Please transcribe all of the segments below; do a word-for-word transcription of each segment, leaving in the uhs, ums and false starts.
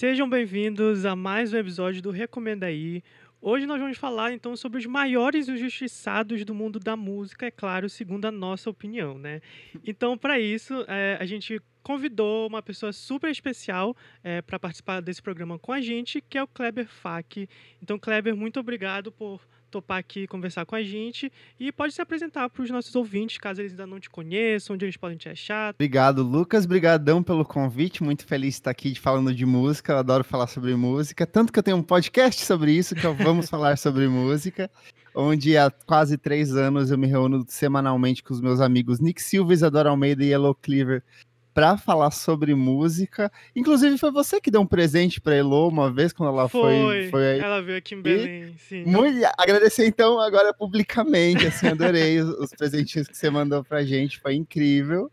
Sejam bem-vindos a mais um episódio do Recomenda Aí. Hoje nós vamos falar então sobre os maiores injustiçados do mundo da música, é claro, segundo a nossa opinião, né? Então, para isso, eh, a gente convidou uma pessoa super especial para participar desse programa com a gente, que é o Kleber Fak. Então, Kleber, muito obrigado por topar aqui conversar com a gente e pode se apresentar para os nossos ouvintes, caso eles ainda não te conheçam, onde eles podem te achar. Obrigado, Lucas. Brigadão pelo convite. Muito feliz de estar aqui falando de música. Eu adoro falar sobre música. Tanto que eu tenho um podcast sobre isso, que é o Vamos Falar Sobre Música, onde há quase três anos eu me reúno semanalmente com os meus amigos Nick Silva, Isadora Almeida e Elo Cleaver para falar sobre música. Inclusive, foi você que deu um presente para Elo uma vez, quando ela foi... Foi, foi aí. ela veio aqui em Belém, sim. Muito, agradecer então agora publicamente, assim, adorei os, os presentinhos que você mandou pra gente, foi incrível.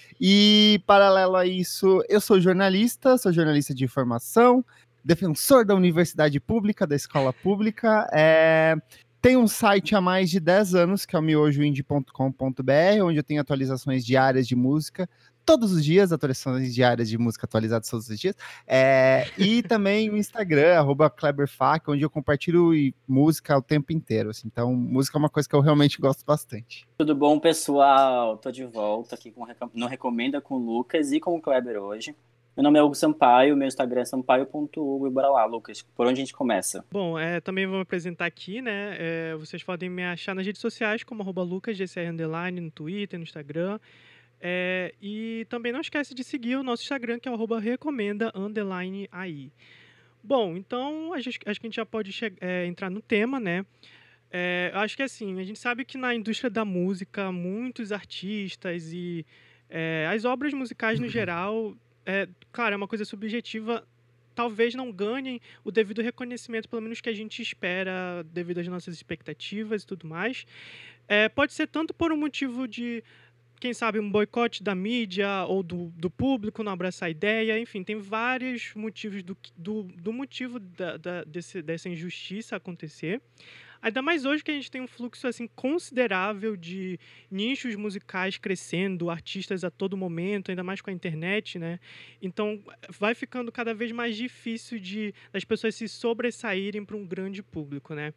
E paralelo a isso, eu sou jornalista, sou jornalista de informação, defensor da universidade pública, da escola pública, é... Tem um site há mais de dez anos, que é o miojo indie ponto com ponto b r, onde eu tenho atualizações diárias de música, todos os dias, atualizações diárias de música atualizadas todos os dias, é, e também o Instagram, arroba KleberFak, onde eu compartilho música o tempo inteiro, assim. Então, música é uma coisa que eu realmente gosto bastante. Tudo bom, pessoal? Tô de volta aqui com no Recomenda com o Lucas e com o Kleber hoje. Meu nome é Hugo Sampaio, meu Instagram é sampaio ponto hugo, e bora lá, Lucas, por onde a gente começa? Bom, é, também vou me apresentar aqui, né, é, vocês podem me achar nas redes sociais como arroba lucasgcr underline, no Twitter, no Instagram, é, e também não esquece de seguir o nosso Instagram, que é o arroba recomenda underline aí. Bom, então a gente, acho que a gente já pode é, entrar no tema, né, é, eu acho que assim, a gente sabe que na indústria da música, muitos artistas e é, as obras musicais no geral... É, claro, é uma coisa subjetiva, talvez não ganhem o devido reconhecimento, pelo menos que a gente espera, devido às nossas expectativas e tudo mais. É, pode ser tanto por um motivo de, quem sabe, um boicote da mídia ou do, do público não abraçar a ideia, enfim, tem vários motivos do, do, do motivo da, da, desse, dessa injustiça acontecer. Ainda mais hoje que a gente tem um fluxo assim, considerável de nichos musicais crescendo, artistas a todo momento, ainda mais com a internet, né? Então, vai ficando cada vez mais difícil de as pessoas se sobressaírem para um grande público, né?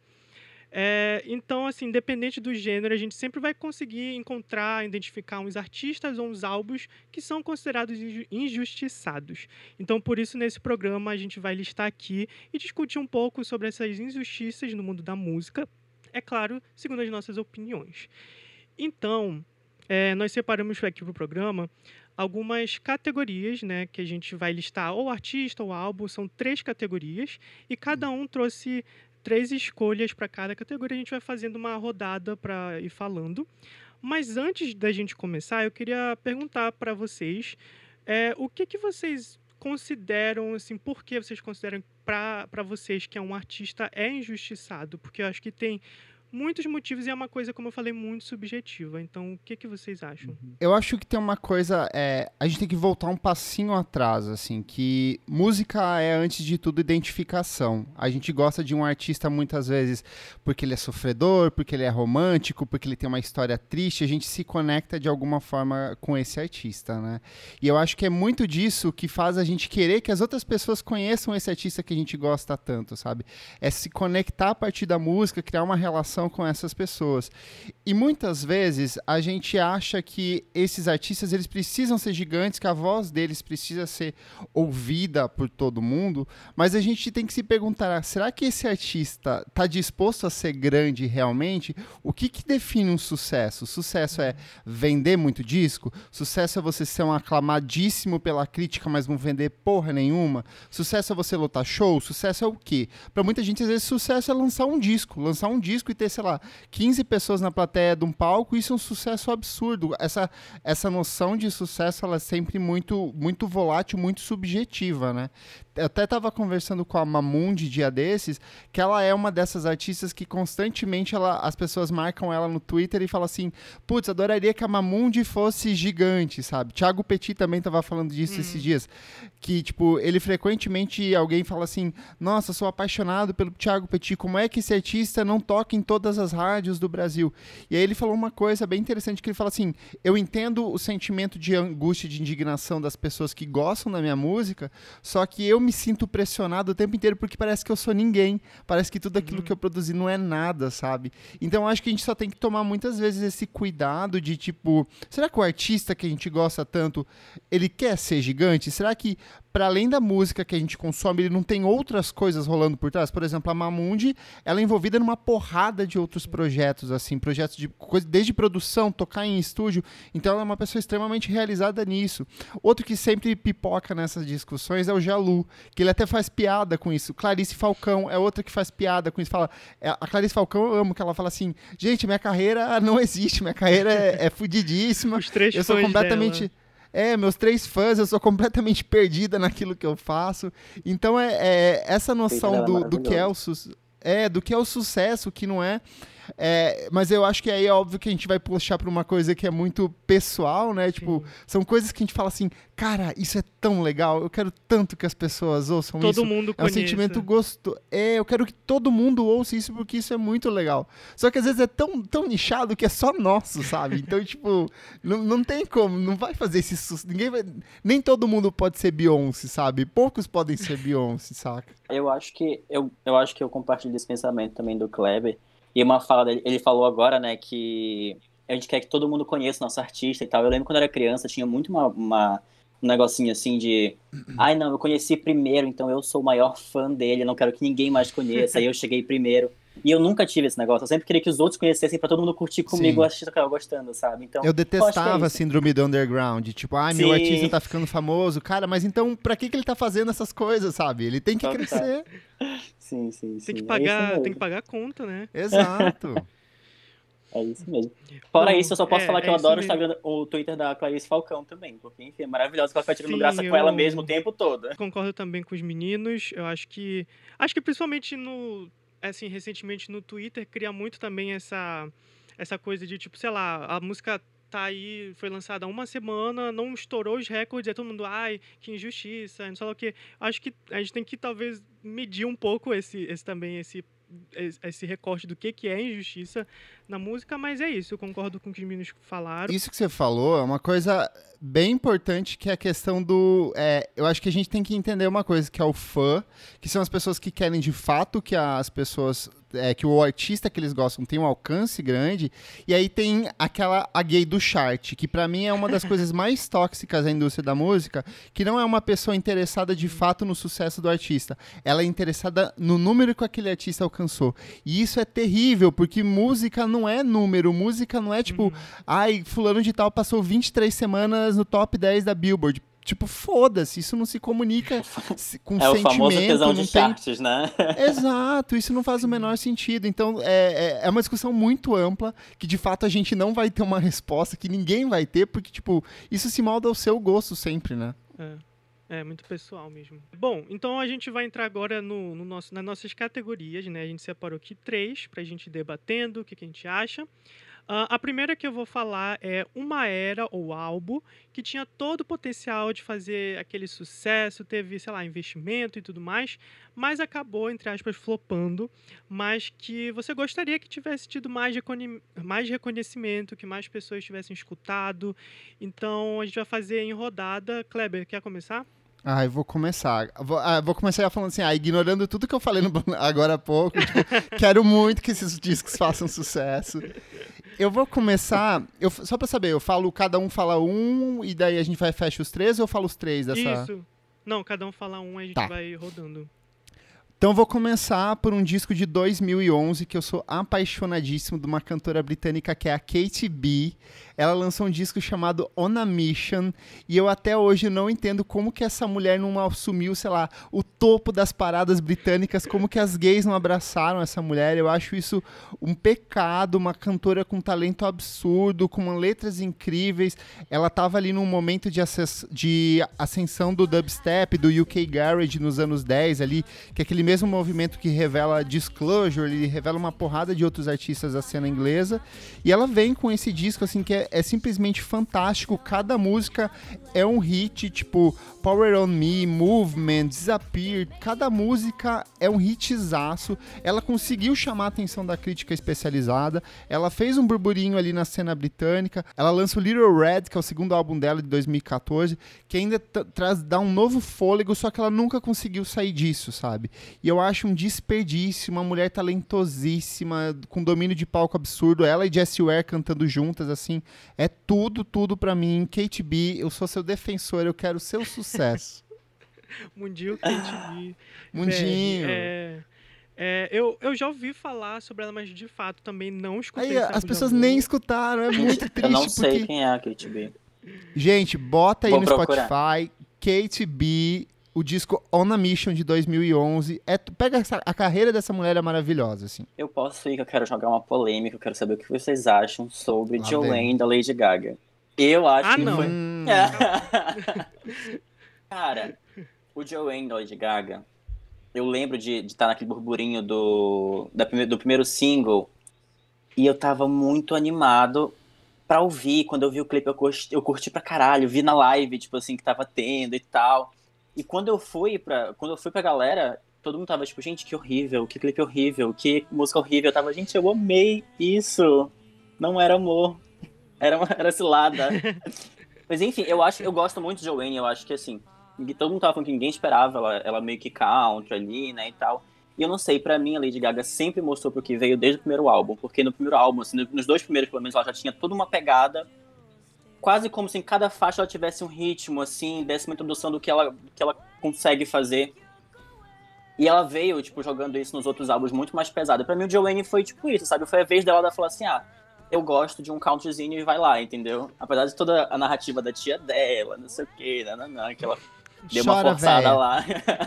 É, então, assim, independente do gênero, a gente sempre vai conseguir encontrar, identificar uns artistas ou uns álbuns que são considerados injustiçados. Então, por isso, nesse programa, a gente vai listar aqui e discutir um pouco sobre essas injustiças no mundo da música, é claro, segundo as nossas opiniões. Então, é, nós separamos aqui para o programa algumas categorias, né, que a gente vai listar ou artista ou álbum, são três categorias, e cada um trouxe três escolhas para cada categoria, a gente vai fazendo uma rodada para ir falando. Mas antes da gente começar, eu queria perguntar para vocês é, o que, que vocês consideram, assim, por que vocês consideram para vocês que é um artista é injustiçado? Porque eu acho que tem muitos motivos e é uma coisa, como eu falei, muito subjetiva. Então, o que, que vocês acham? Eu acho que tem uma coisa, é, a gente tem que voltar um passinho atrás, assim, que música é, antes de tudo, identificação. A gente gosta de um artista, muitas vezes, porque ele é sofredor, porque ele é romântico, porque ele tem uma história triste, a gente se conecta de alguma forma com esse artista, né? E eu acho que é muito disso que faz a gente querer que as outras pessoas conheçam esse artista que a gente gosta tanto, sabe? É se conectar a partir da música, criar uma relação com essas pessoas. E muitas vezes a gente acha que esses artistas eles precisam ser gigantes, que a voz deles precisa ser ouvida por todo mundo, mas a gente tem que se perguntar, será que esse artista está disposto a ser grande realmente? O que, que define um sucesso? Sucesso é vender muito disco? Sucesso é você ser um aclamadíssimo pela crítica, mas não vender porra nenhuma? Sucesso é você lotar show? Sucesso é o quê? Para muita gente, às vezes, sucesso é lançar um disco, lançar um disco e ter, sei lá, quinze pessoas na plateia de um palco, isso é um sucesso absurdo. Essa, essa noção de sucesso, ela é sempre muito, muito volátil, muito subjetiva, né? Eu até estava conversando com a Mamundi dia desses, que ela é uma dessas artistas que constantemente ela, as pessoas marcam ela no Twitter e falam assim, putz, adoraria que a Mamundi fosse gigante, sabe? Thiago Petit também estava falando disso hum. esses dias, que, tipo, ele frequentemente, alguém fala assim, nossa, sou apaixonado pelo Thiago Petit, como é que esse artista não toca em todas todas as rádios do Brasil. E aí ele falou uma coisa bem interessante, que ele fala assim, eu entendo o sentimento de angústia, de indignação das pessoas que gostam da minha música, só que eu me sinto pressionado o tempo inteiro porque parece que eu sou ninguém, parece que tudo aquilo uhum. que eu produzi não é nada, sabe? Então eu acho que a gente só tem que tomar muitas vezes esse cuidado de tipo, será que o artista que a gente gosta tanto, ele quer ser gigante? Será que para além da música que a gente consome, ele não tem outras coisas rolando por trás? Por exemplo, a Mamundi, ela é envolvida numa porrada de outros projetos, assim, projetos de coisa, desde produção, tocar em estúdio. Então ela é uma pessoa extremamente realizada nisso. Outro que sempre pipoca nessas discussões é o Jalu, que ele até faz piada com isso. Clarice Falcão é outra que faz piada com isso. Fala, a Clarice Falcão eu amo, que ela fala assim, gente, minha carreira não existe, minha carreira é, é fudidíssima. Os três eu sou fãs completamente... dela. É, meus três fãs, eu sou completamente perdida naquilo que eu faço. Então, é, é essa noção do, do, que é o su- é, do que é o sucesso, o que não é. É, mas eu acho que aí é óbvio que a gente vai puxar para uma coisa que é muito pessoal, né? Tipo, Sim. são coisas que a gente fala assim, cara, isso é tão legal, eu quero tanto que as pessoas ouçam todo isso. Mundo é um conheça. sentimento gostoso. É, eu quero que todo mundo ouça isso porque isso é muito legal. Só que às vezes é tão, tão nichado que é só nosso, sabe? Então, tipo, não, não tem como, não vai fazer esse sucesso. Ninguém vai, nem todo mundo pode ser Beyoncé, sabe? Poucos podem ser Beyoncé, saca? Eu acho que eu, eu acho que eu compartilho esse pensamento também do Kleber. E uma fala dele, ele falou agora, né, que a gente quer que todo mundo conheça o nosso artista e tal. Eu lembro quando eu era criança, tinha muito uma, uma, um negocinho assim de, ai não, eu conheci primeiro, então eu sou o maior fã dele, eu não quero que ninguém mais conheça, aí eu cheguei primeiro. E eu nunca tive esse negócio, eu sempre queria que os outros conhecessem pra todo mundo curtir comigo o artista que eu tava gostando, sabe? Então, eu detestava é a síndrome do underground, tipo, ai, meu Sim. artista tá ficando famoso, cara, mas então pra que que ele tá fazendo essas coisas, sabe? Ele tem que Total. crescer. Sim, sim, sim. Tem que É pagar, isso tem que pagar a conta, né? Exato. É isso mesmo. Fora Bom, isso, eu só posso é, falar que é eu isso adoro o, mesmo. Instagram, o Twitter da Clarice Falcão também, porque, enfim, é maravilhoso que ela fica tirando Sim, graça com eu- ela mesmo o tempo todo. Concordo também com os meninos. Eu acho que. Acho que principalmente no. Assim, recentemente no Twitter cria muito também essa, essa coisa de, tipo, sei lá, a música tá aí, foi lançada há uma semana, não estourou os recordes, aí todo mundo, ai, que injustiça, não sei lá o quê. Acho que a gente tem que talvez medir um pouco esse, esse também, esse. esse recorte do que, que é injustiça na música, mas é isso, eu concordo com o que os meninos falaram. Isso que você falou é uma coisa bem importante, que é a questão do... É, eu acho que a gente tem que entender uma coisa, que é o fã, que são as pessoas que querem de fato que as pessoas... É, que o artista que eles gostam tem um alcance grande, e aí tem aquela a gay do chart, que pra mim é uma das coisas mais tóxicas da indústria da música, que não é uma pessoa interessada de fato no sucesso do artista, ela é interessada no número que aquele artista alcançou, e isso é terrível, porque música não é número, música não é tipo, uhum. ai, fulano de tal passou vinte e três semanas no top dez da Billboard. Tipo, foda-se, isso não se comunica com é sentimento. É o famoso tesão não de tem... charts, né? Exato, isso não faz o menor sentido. Então, é, é, é uma discussão muito ampla, que de fato a gente não vai ter uma resposta, que ninguém vai ter, porque, tipo, isso se molda ao seu gosto sempre, né? É. É, muito pessoal mesmo. Bom, então a gente vai entrar agora no, no nosso, nas nossas categorias, né? A gente separou aqui três pra gente ir debatendo o que, que a gente acha. Uh, a primeira que eu vou falar é uma era ou álbum que tinha todo o potencial de fazer aquele sucesso, teve, sei lá, investimento e tudo mais, mas acabou, entre aspas, flopando, mas que você gostaria que tivesse tido mais, recone- mais reconhecimento, que mais pessoas tivessem escutado. Então, a gente vai fazer em rodada. Kleber, quer começar? Ah, eu vou começar. Vou, ah, vou começar falando assim, ah, ignorando tudo que eu falei no, agora há pouco. Tipo, quero muito que esses discos façam sucesso. Eu vou começar... Eu, só pra saber, eu falo, cada um fala um, e daí a gente vai fecha os três, ou eu falo os três dessa... Isso. Não, cada um fala um, a gente tá. vai rodando. Então, vou começar por um disco de dois mil e onze, que eu sou apaixonadíssimo, de uma cantora britânica que é a Katy B. Ela lançou um disco chamado On a Mission, e eu até hoje não entendo como que essa mulher não assumiu, sei lá, o topo das paradas britânicas, como que as gays não abraçaram essa mulher. Eu acho isso um pecado, uma cantora com talento absurdo, com letras incríveis. Ela estava ali num momento de, acess- de ascensão do dubstep, do U K Garage nos anos dez ali, que é aquele mesmo movimento que revela Disclosure, ele revela uma porrada de outros artistas da cena inglesa, e ela vem com esse disco, assim, que é, é simplesmente fantástico. Cada música é um hit, tipo Power On Me, Movement, Disappear, cada música é um hitzaço. Ela conseguiu chamar a atenção da crítica especializada, ela fez um burburinho ali na cena britânica, ela lança o Little Red, que é o segundo álbum dela de dois mil e catorze, que ainda t- traz, dá um novo fôlego, só que ela nunca conseguiu sair disso, sabe? E eu acho um desperdício, uma mulher talentosíssima, com domínio de palco absurdo, ela e Jessie Ware cantando juntas, assim, é tudo, tudo pra mim. Kate B, eu sou seu defensor, eu quero seu sucesso. Mundinho Kate B. Mundinho. É, é, eu, eu já ouvi falar sobre ela, mas de fato também não escutei. Aí, Saco as de pessoas Amor. nem escutaram, é muito triste. Eu não sei porque... quem é a Kate B. Gente, bota aí Vou no procurar. Spotify, Kate B, o disco On a Mission de dois mil e onze. É, pega essa, a carreira dessa mulher é maravilhosa, assim. Eu posso ir que eu quero jogar uma polêmica, eu quero saber o que vocês acham sobre Lá Joanne vem. da Lady Gaga. Eu acho Ah, que não. foi... Hum, Cara, o Joanne da Lady Gaga, eu lembro de estar naquele burburinho do, da prime- do primeiro single, e eu tava muito animado pra ouvir. Quando eu vi o clipe, eu curti, eu curti pra caralho, vi na live, tipo assim, que tava tendo e tal. E quando eu fui pra, quando eu fui pra galera, todo mundo tava tipo, gente, que horrível, que clipe horrível, que música horrível. Eu tava, gente, eu amei isso. Não era amor, era, uma- era cilada. Mas enfim, eu acho, eu gosto muito de Joanne, eu acho que assim, ninguém- todo mundo tava falando que ninguém esperava ela, ela meio que country ali, né, e tal. E eu não sei, pra mim a Lady Gaga sempre mostrou pro que veio desde o primeiro álbum, porque no primeiro álbum, assim, nos dois primeiros pelo menos, ela já tinha toda uma pegada, quase como se em cada faixa ela tivesse um ritmo, assim, desse uma introdução do que ela, do que ela consegue fazer. E ela veio, tipo, jogando isso nos outros álbuns muito mais pesado. Pra mim o Joanne foi tipo isso, sabe? Foi a vez dela ela falar assim, ah, eu gosto de um countryzinho e vai lá, entendeu? Apesar de toda a narrativa da tia dela, não sei o que, nananã, que ela deu uma Chora, forçada véia. lá.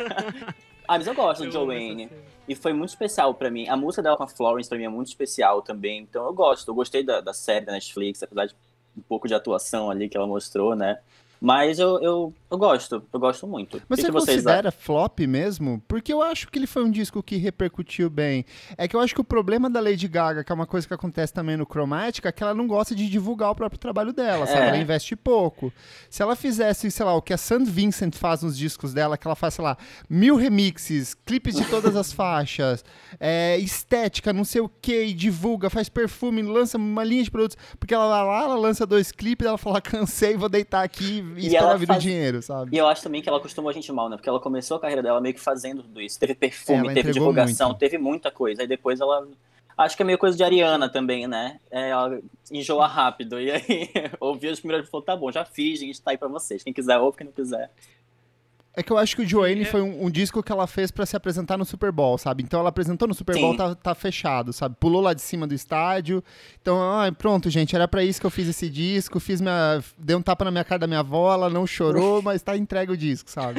Ah, mas eu gosto de Eu amo essa Joanne. cena. E foi muito especial pra mim. A música dela com a Florence pra mim é muito especial também. Então eu gosto. Eu gostei da, da série da Netflix, apesar de um pouco de atuação ali que ela mostrou, né? Mas eu, eu, eu gosto. Eu gosto muito. Mas O que você que vocês considera flop mesmo? Porque eu acho que ele foi um disco que repercutiu bem. É que eu acho que o problema da Lady Gaga, que é uma coisa que acontece também no Chromatica, é que ela não gosta de divulgar o próprio trabalho dela, sabe? É. Ela investe pouco. Se ela fizesse, sei lá, o que a Saint Vincent faz nos discos dela, que ela faz, sei lá, mil remixes, clipes de todas as faixas, é, estética, não sei o que, e divulga, faz perfume, lança uma linha de produtos, porque ela vai lá, ela lança dois clipes, ela fala, cansei, vou deitar aqui e, E esperar ela vir faz- o dinheiro, sabe? E eu acho também que ela acostumou a gente mal, né? Porque ela começou a carreira dela meio que fazendo tudo isso. Teve perfume, Ela teve entregou divulgação, muito. teve muita coisa. Aí depois ela... Acho que é meio coisa de Ariana também, né? É, ela enjoa rápido. E aí ouviu as primeiras e falou, tá bom, já fiz, gente, tá aí pra vocês. Quem quiser ouve, quem não quiser. É que eu acho que o Joanne é- foi um, um disco que ela fez pra se apresentar no Super Bowl, sabe? Então ela apresentou no Super Bowl, Sim. tá, tá fechado, sabe? Pulou lá de cima do estádio. Então, ah, pronto, gente, era pra isso que eu fiz esse disco, fiz minha... Dei um tapa na minha cara da minha avó, ela não chorou, mas tá entregue o disco, sabe?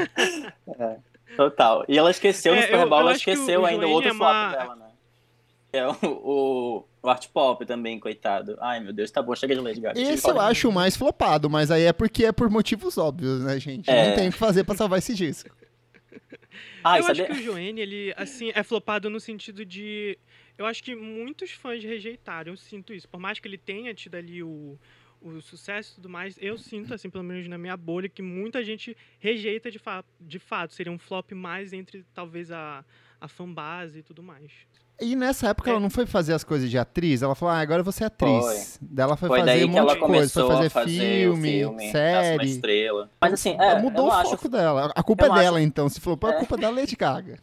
Total. E ela esqueceu no É, Super eu- Bowl, eu ela acho que o- esqueceu o ainda o Joanne outro é flop uma- dela, né? É o, o, o Art Pop também, coitado. Ai, meu Deus, tá bom, chega de Lady Gaga. Esse eu acho o mais flopado, mas aí é porque é por motivos óbvios, né, gente? É. Não tem o que fazer pra salvar esse disco. Ai, eu acho sabe... que o Joanne, ele, assim, é flopado no sentido de... Eu acho que muitos fãs rejeitaram, eu sinto isso. Por mais que ele tenha tido ali o, o sucesso e tudo mais, eu sinto, assim, pelo menos na minha bolha, que muita gente rejeita de, fa de fato. Seria um flop mais entre, talvez, a, a fanbase e tudo mais. E nessa época É. ela não foi fazer as coisas de atriz, ela falou, ah, agora eu vou ser atriz. Daí ela foi, Foi fazer daí um que ela monte de coisa, foi começou fazer, a fazer o filme, filme, Nasce uma série. Estrela. Mas assim, é, Mudou eu o não foco acho... dela. A culpa eu é não dela, acho- então. Se falou, pô, a É. culpa é da Lady Gaga.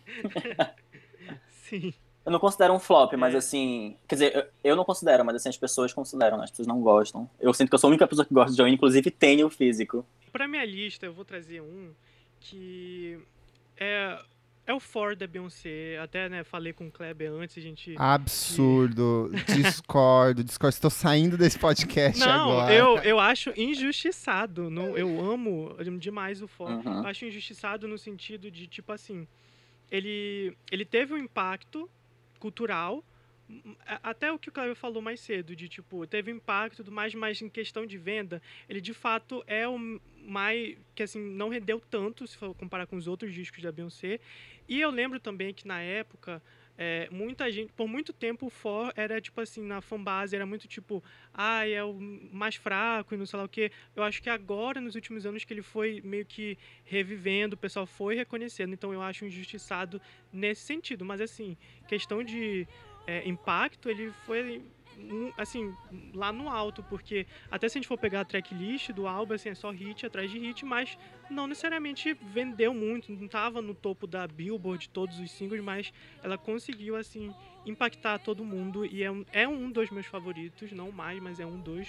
Sim. Eu não considero um flop, mas É. assim... Quer dizer, eu, eu não considero, mas assim, as pessoas consideram, né? As pessoas não gostam. Eu sinto que eu sou a única pessoa que gosta de Joanne, inclusive tenho o físico. Pra minha lista, eu vou trazer um que é, é o For da Beyoncé. Até, né, falei com o Kleber antes, a gente... Absurdo. Discordo, discordo. Estou saindo desse podcast Não, agora. eu, eu acho injustiçado. Não, eu amo demais o For. Uhum. Eu acho injustiçado no sentido de, tipo assim, ele, ele teve um impacto cultural, Até o que o Cléber falou mais cedo, de tipo, teve impacto e tudo mais, mas em questão de venda, ele de fato é o mais, que assim, não rendeu tanto, se for comparar com os outros discos da Beyoncé. E eu lembro também que na época, é, muita gente, por muito tempo o For era tipo assim, na fanbase, era muito tipo, ah, é o mais fraco e não sei lá o quê. Eu acho que agora, nos últimos anos, que ele foi meio que revivendo, o pessoal foi reconhecendo, então eu acho injustiçado nesse sentido. Mas assim, questão de é, impacto, ele foi um, assim, lá no alto, porque até se a gente for pegar a tracklist do álbum, assim, é só hit atrás de hit, mas não necessariamente vendeu muito, não estava no topo da Billboard, todos os singles, mas ela conseguiu, assim, impactar todo mundo, e é um, é um dos meus favoritos, não mais, mas é um dos.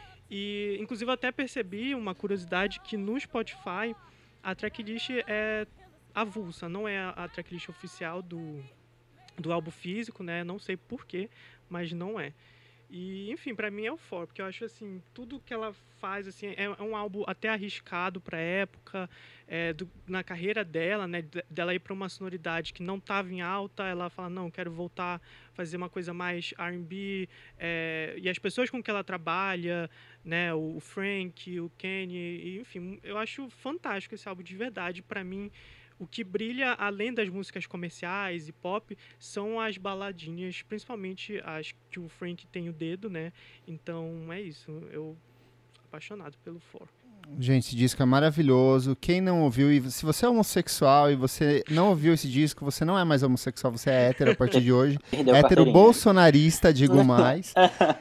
E, inclusive, eu até percebi uma curiosidade que no Spotify a tracklist é avulsa, não é a tracklist oficial do do álbum físico, né? Não sei porquê, mas não é. E, enfim, pra mim é o For, porque eu acho, assim, tudo que ela faz, assim, é, é um álbum até arriscado pra época, é, do, na carreira dela, né? Dela ir pra uma sonoridade que não tava em alta, ela fala, não, quero voltar a fazer uma coisa mais R and B, é, e as pessoas com que ela trabalha, né? O, o Frank, o Kenny, e, enfim, eu acho fantástico esse álbum de verdade. Pra mim, o que brilha, além das músicas comerciais e pop, são as baladinhas, principalmente as que o Frank tem o dedo, né? Então, é isso. Eu sou apaixonado pelo For. Gente, esse disco é maravilhoso. Quem não ouviu, e se você é homossexual e você não ouviu esse disco, você não é mais homossexual, você é hétero a partir de hoje. Hétero bolsonarista, digo mais.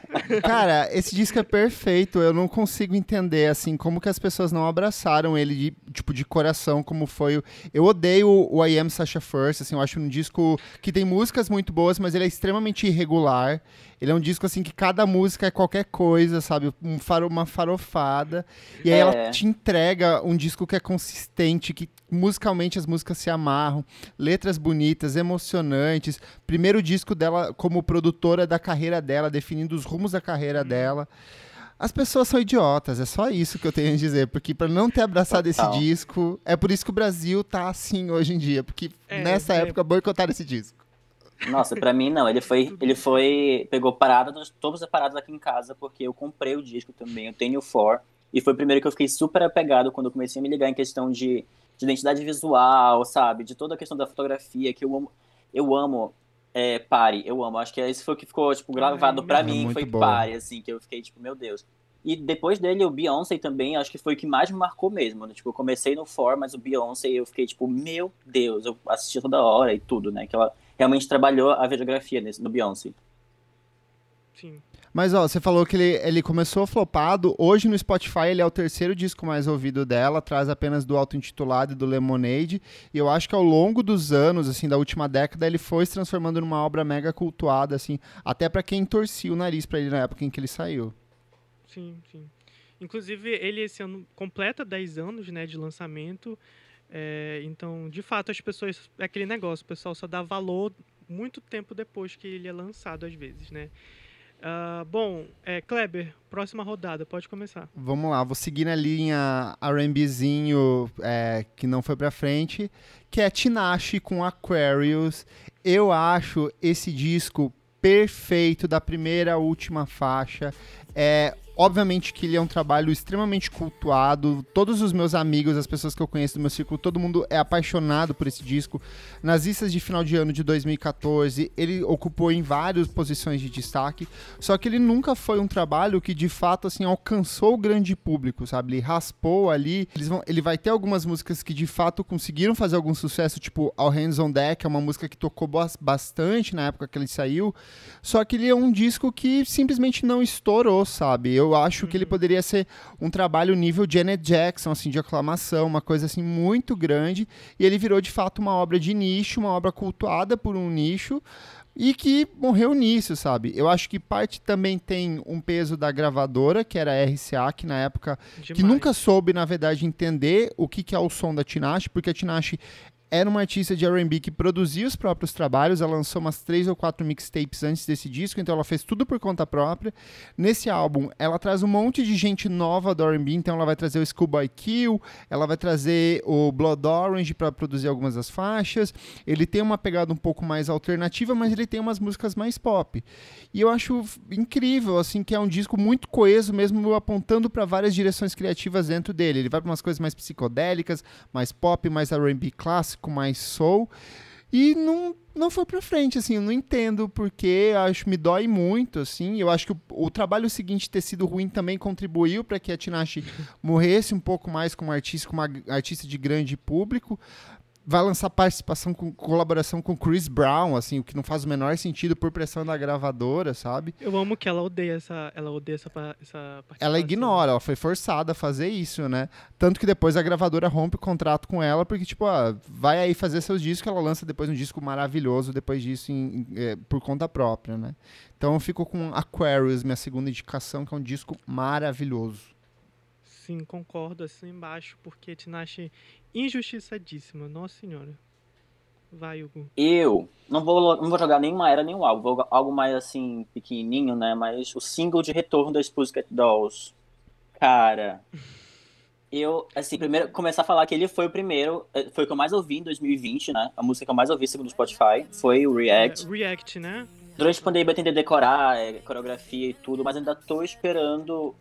Cara, esse disco é perfeito. Eu não consigo entender, assim, como que as pessoas não abraçaram ele, de, tipo, de coração, como foi. O... Eu odeio o I Am Sasha First, assim, eu acho um disco que tem músicas muito boas, mas ele é extremamente irregular. Ele é um disco, assim, que cada música é qualquer coisa, sabe? Um faro, uma farofada. E aí é. ela te entrega um disco que é consistente, que musicalmente as músicas se amarram. Letras bonitas, emocionantes. Primeiro disco dela como produtora da carreira dela, definindo os rumos da carreira hum. dela. As pessoas são idiotas, é só isso que eu tenho a dizer. Porque pra não ter abraçado Total. esse disco, é por isso que o Brasil tá assim hoje em dia. Porque é, nessa é. época boicotaram esse disco. Nossa, pra mim não, ele foi, ele foi, pegou paradas, todas as paradas aqui em casa, porque eu comprei o disco também, eu tenho o For, e foi o primeiro que eu fiquei super apegado quando eu comecei a me ligar em questão de, de identidade visual, sabe, de toda a questão da fotografia, que eu amo, eu amo é, Party, eu amo, acho que esse foi o que ficou, tipo, gravado Ai, pra é mim, foi bom. Party, assim, que eu fiquei, tipo, meu Deus. E depois dele, o Beyoncé também, acho que foi o que mais me marcou mesmo, né? Tipo, eu comecei no For, mas o Beyoncé, eu fiquei, tipo, meu Deus, eu assistia toda hora e tudo, né, que ela realmente trabalhou a videografia nesse, no Beyoncé. Sim. Mas, ó, você falou que ele, ele começou flopado. Hoje no Spotify ele é o terceiro disco mais ouvido dela, atrás apenas do auto-intitulado e do Lemonade. E eu acho que ao longo dos anos, assim, da última década, ele foi se transformando numa obra mega cultuada, assim, até pra quem torcia o nariz pra ele na época em que ele saiu. Sim, sim. Inclusive, ele esse ano completa dez anos, né, de lançamento. É, então, de fato, as pessoas... É aquele negócio, o pessoal só dá valor muito tempo depois que ele é lançado, às vezes, né? Uh, bom, é, Kleber, próxima rodada, pode começar. Vamos lá, vou seguir na linha R&Bzinho é, que não foi pra frente, que é Tinashe com Aquarius. Eu acho esse disco perfeito, da primeira à última faixa. É... Obviamente que ele é um trabalho extremamente cultuado. Todos os meus amigos, as pessoas que eu conheço do meu círculo, todo mundo é apaixonado por esse disco. Nas listas de final de ano de dois mil e catorze, ele ocupou em várias posições de destaque. Só que ele nunca foi um trabalho que, de fato, assim, alcançou o grande público, sabe? Ele raspou ali. Eles vão, ele vai ter algumas músicas que, de fato, conseguiram fazer algum sucesso, tipo All Hands on Deck, é uma música que tocou bastante na época que ele saiu. Só que ele é um disco que simplesmente não estourou, sabe? Eu acho que ele poderia ser um trabalho nível Janet Jackson, assim, de aclamação, uma coisa assim muito grande, e ele virou de fato uma obra de nicho, uma obra cultuada por um nicho, e que morreu nisso, sabe? Eu acho que parte também tem um peso da gravadora, que era a R C A, que na época, Demais. que nunca soube, na verdade, entender o que, que é o som da Tinashe, porque a Tinashe era uma artista de R and B que produzia os próprios trabalhos, ela lançou umas três ou quatro mixtapes antes desse disco, então ela fez tudo por conta própria. Nesse álbum, ela traz um monte de gente nova do R and B, então ela vai trazer o Schoolboy Q, ela vai trazer o Blood Orange para produzir algumas das faixas. Ele tem uma pegada um pouco mais alternativa, mas ele tem umas músicas mais pop. E eu acho incrível, assim, que é um disco muito coeso, mesmo apontando para várias direções criativas dentro dele. Ele vai para umas coisas mais psicodélicas, mais pop, mais R and B clássico, mais soul, e não, não foi pra frente, assim, eu não entendo porque, acho que me dói muito, assim, eu acho que o, o trabalho seguinte ter sido ruim também contribuiu para que a Tinashe morresse um pouco mais como artista, como uma artista de grande público. Vai lançar participação, com colaboração com Chris Brown, assim, o que não faz o menor sentido por pressão da gravadora, sabe? Eu amo que ela odeia essa, ela odeia essa, essa participação. Ela ignora, ela foi forçada a fazer isso, né? Tanto que depois a gravadora rompe o contrato com ela, porque, tipo, ah, vai aí fazer seus discos, ela lança depois um disco maravilhoso depois disso em, em, é, por conta própria, né? Então eu fico com Aquarius, minha segunda indicação, que é um disco maravilhoso. Sim, concordo, assim embaixo, porque Tinashe injustiçadíssima, nossa senhora. Vai, Hugo. Eu não vou, não vou jogar nenhuma era, nenhum álbum, vou algo mais assim, pequenininho, né? Mas o single de retorno das Pussycat Dolls. Cara, eu, assim, primeiro começar a falar que ele foi o primeiro, foi o que eu mais ouvi em dois mil e vinte, né? A música que eu mais ouvi segundo o Spotify foi o React. É, React, né? Durante a pandemia eu tentei decorar, é, coreografia e tudo, mas ainda tô esperando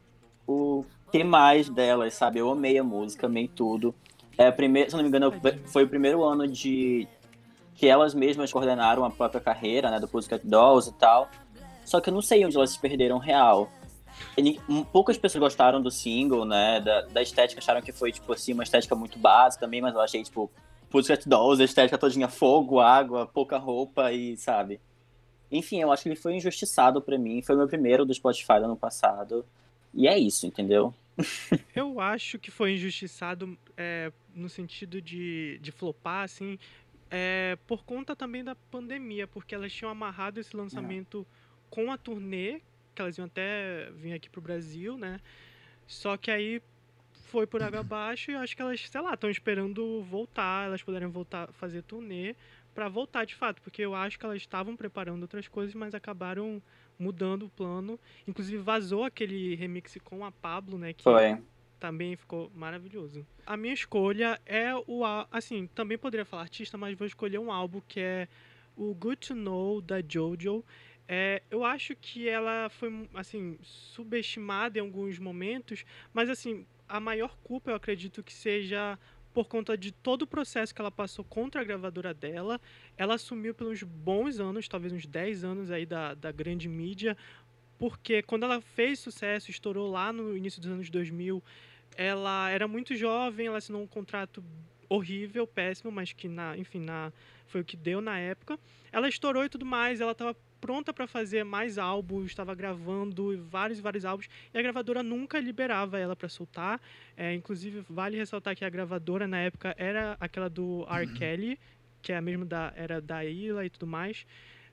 o que mais delas, sabe? Eu amei a música, amei tudo. É, primeiro, se não me engano, foi o primeiro ano de que elas mesmas coordenaram a própria carreira, né, do Pussycat Dolls e tal. Só que eu não sei onde elas se perderam real. E, um, poucas pessoas gostaram do single, né, da, da estética, acharam que foi, tipo assim, uma estética muito básica também, mas eu achei, tipo, Pussycat Dolls, a estética todinha fogo, água, pouca roupa e, sabe? Enfim, eu acho que ele foi injustiçado pra mim, foi o meu primeiro do Spotify do ano passado. E é isso, entendeu? Eu acho que foi injustiçado é, no sentido de, de flopar, assim, é, por conta também da pandemia, porque elas tinham amarrado esse lançamento com a turnê, que elas iam até vir aqui pro Brasil, né? Só que aí foi por água abaixo e eu acho que elas, sei lá, estão esperando voltar, elas puderem voltar a fazer turnê para voltar de fato, porque eu acho que elas estavam preparando outras coisas, mas acabaram mudando o plano. Inclusive vazou aquele remix com a Pablo, né, que Foi. também ficou maravilhoso. A minha escolha é o... Assim, também poderia falar artista, mas vou escolher um álbum que é o Good to Know, da Jojo. É, eu acho que ela foi, assim, subestimada em alguns momentos, mas, assim, a maior culpa eu acredito que seja por conta de todo o processo que ela passou contra a gravadora dela. Ela assumiu pelos bons anos, talvez uns dez anos aí da, da grande mídia, porque quando ela fez sucesso, estourou lá no início dos anos dois mil, ela era muito jovem, ela assinou um contrato horrível, péssimo, mas que, na, enfim, na, foi o que deu na época. Ela estourou e tudo mais, ela estava pronta para fazer mais álbuns, estava gravando vários e vários álbuns, e a gravadora nunca liberava ela para soltar. É, inclusive, vale ressaltar que a gravadora, na época, era aquela do R. Kelly, que é a mesma da, era da Ila e tudo mais.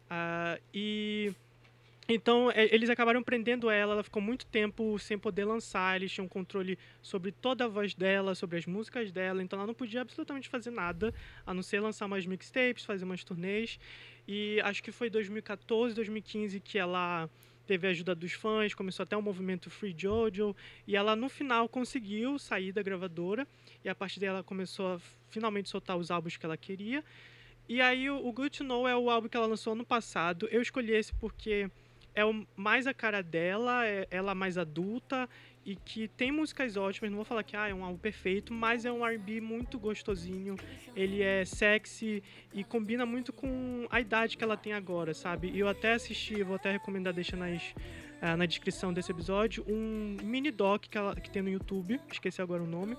Uh, e... Então, eles acabaram prendendo ela, ela ficou muito tempo sem poder lançar, eles tinham controle sobre toda a voz dela, sobre as músicas dela, então ela não podia absolutamente fazer nada, a não ser lançar umas mixtapes, fazer umas turnês, e acho que foi dois mil e quatorze, dois mil e quinze que ela teve a ajuda dos fãs, começou até o movimento Free Jojo, e ela no final conseguiu sair da gravadora, e a partir dela começou a finalmente soltar os álbuns que ela queria, e aí o Good to Know é o álbum que ela lançou ano passado, eu escolhi esse porque é o, mais a cara dela, é ela mais adulta e que tem músicas ótimas, não vou falar que ah, é um álbum perfeito, mas é um R and B muito gostosinho, ele é sexy e combina muito com a idade que ela tem agora, sabe? E eu até assisti, vou até recomendar, deixa nas, uh, na descrição desse episódio, um mini doc que, ela, que tem no YouTube, esqueci agora o nome,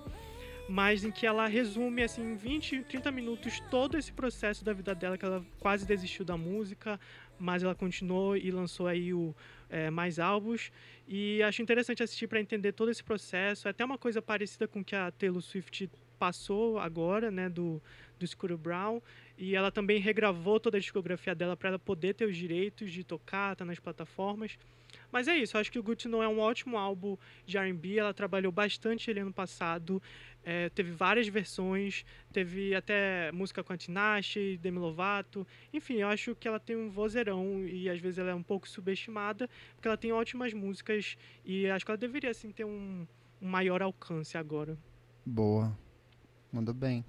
mas em que ela resume assim, em vinte, trinta minutos todo esse processo da vida dela, que ela quase desistiu da música, mas ela continuou e lançou aí o, é, mais álbuns, e acho interessante assistir para entender todo esse processo. É até uma coisa parecida com o que a Taylor Swift passou agora, né, do, do Scooter Brown, E ela também regravou toda a discografia dela para ela poder ter os direitos de tocar, tá nas plataformas. Mas é isso, eu acho que o Good to Know é um ótimo álbum de R and B. Ela trabalhou bastante ele ano passado. É, teve várias versões, teve até música com a Tinashe, Demi Lovato. Enfim, eu acho que ela tem um vozeirão e às vezes ela é um pouco subestimada, porque ela tem ótimas músicas e acho que ela deveria assim, ter um, um maior alcance agora. Boa. Mandou bem.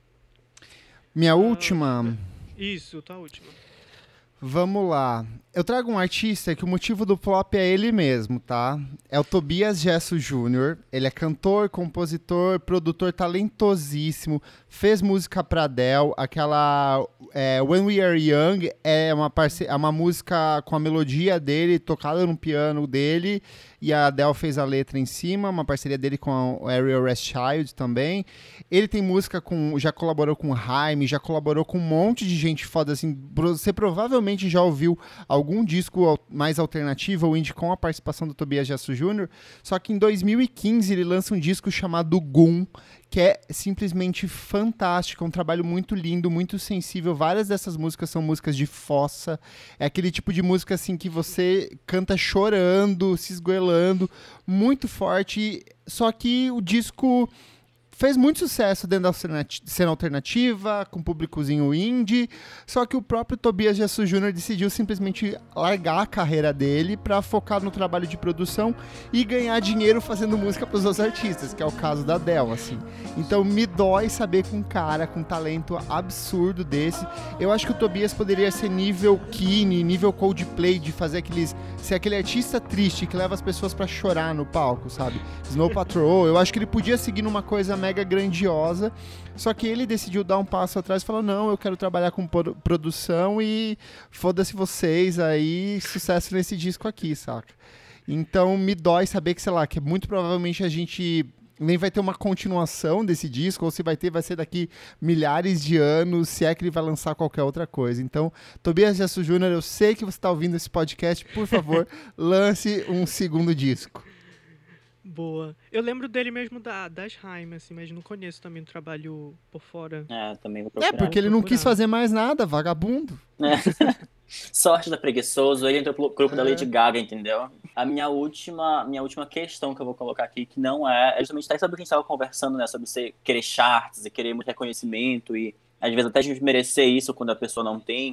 Minha Ah, última... Isso, tá última. Vamos lá. Eu trago um artista que o motivo do flop é ele mesmo, tá? É o Tobias Gesso Júnior Ele é cantor, compositor, produtor talentosíssimo. Fez música pra Adele. Aquela é, When We Are Young é uma, parce... é uma música com a melodia dele, tocada no piano dele. E a Adele fez a letra em cima, uma parceria dele com o Ariel Rothschild também. Ele tem música com... Já colaborou com o Haim, já colaborou com um monte de gente foda, assim. Você provavelmente já ouviu algum disco mais alternativo ou indie com a participação do Tobias Gesso Júnior Só que em dois mil e quinze ele lança um disco chamado Goon, que é simplesmente fantástico, é um trabalho muito lindo, muito sensível. Várias dessas músicas são músicas de fossa, é aquele tipo de música assim que você canta chorando, se esgoelando, muito forte, só que o disco fez muito sucesso dentro da alternati- cena alternativa, com públicozinho indie, só que o próprio Tobias Gesso Júnior decidiu simplesmente largar a carreira dele para focar no trabalho de produção e ganhar dinheiro fazendo música para os outros artistas, que é o caso da Adele, assim. Então me dói saber que um cara com talento absurdo desse, eu acho que o Tobias poderia ser nível Kine, nível Coldplay, de fazer aqueles, ser aquele artista triste que leva as pessoas para chorar no palco, sabe? Snow Patrol, eu acho que ele podia seguir numa coisa mega grandiosa, só que ele decidiu dar um passo atrás e falou, não, eu quero trabalhar com pro- produção e foda-se vocês aí, sucesso nesse disco aqui, saca? Então me dói saber que, sei lá, que muito provavelmente a gente nem vai ter uma continuação desse disco, ou se vai ter, vai ser daqui milhares de anos, se é que ele vai lançar qualquer outra coisa. Então, Tobias Gesso Júnior, eu sei que você está ouvindo esse podcast, por favor, lance um segundo disco. Boa. Eu lembro dele mesmo da, das Haim, assim, mas não conheço também o trabalho por fora. É, também vou É, procurar. porque ele não quis procurar. fazer mais nada, vagabundo. Sorte da preguiçoso, ele entrou pro grupo É. da Lady Gaga, entendeu? A minha última, minha última questão que eu vou colocar aqui, que não é, é justamente até sobre o que a gente estava conversando, né? Sobre você querer charts e querer muito reconhecimento e às vezes até desmerecer isso quando a pessoa não tem.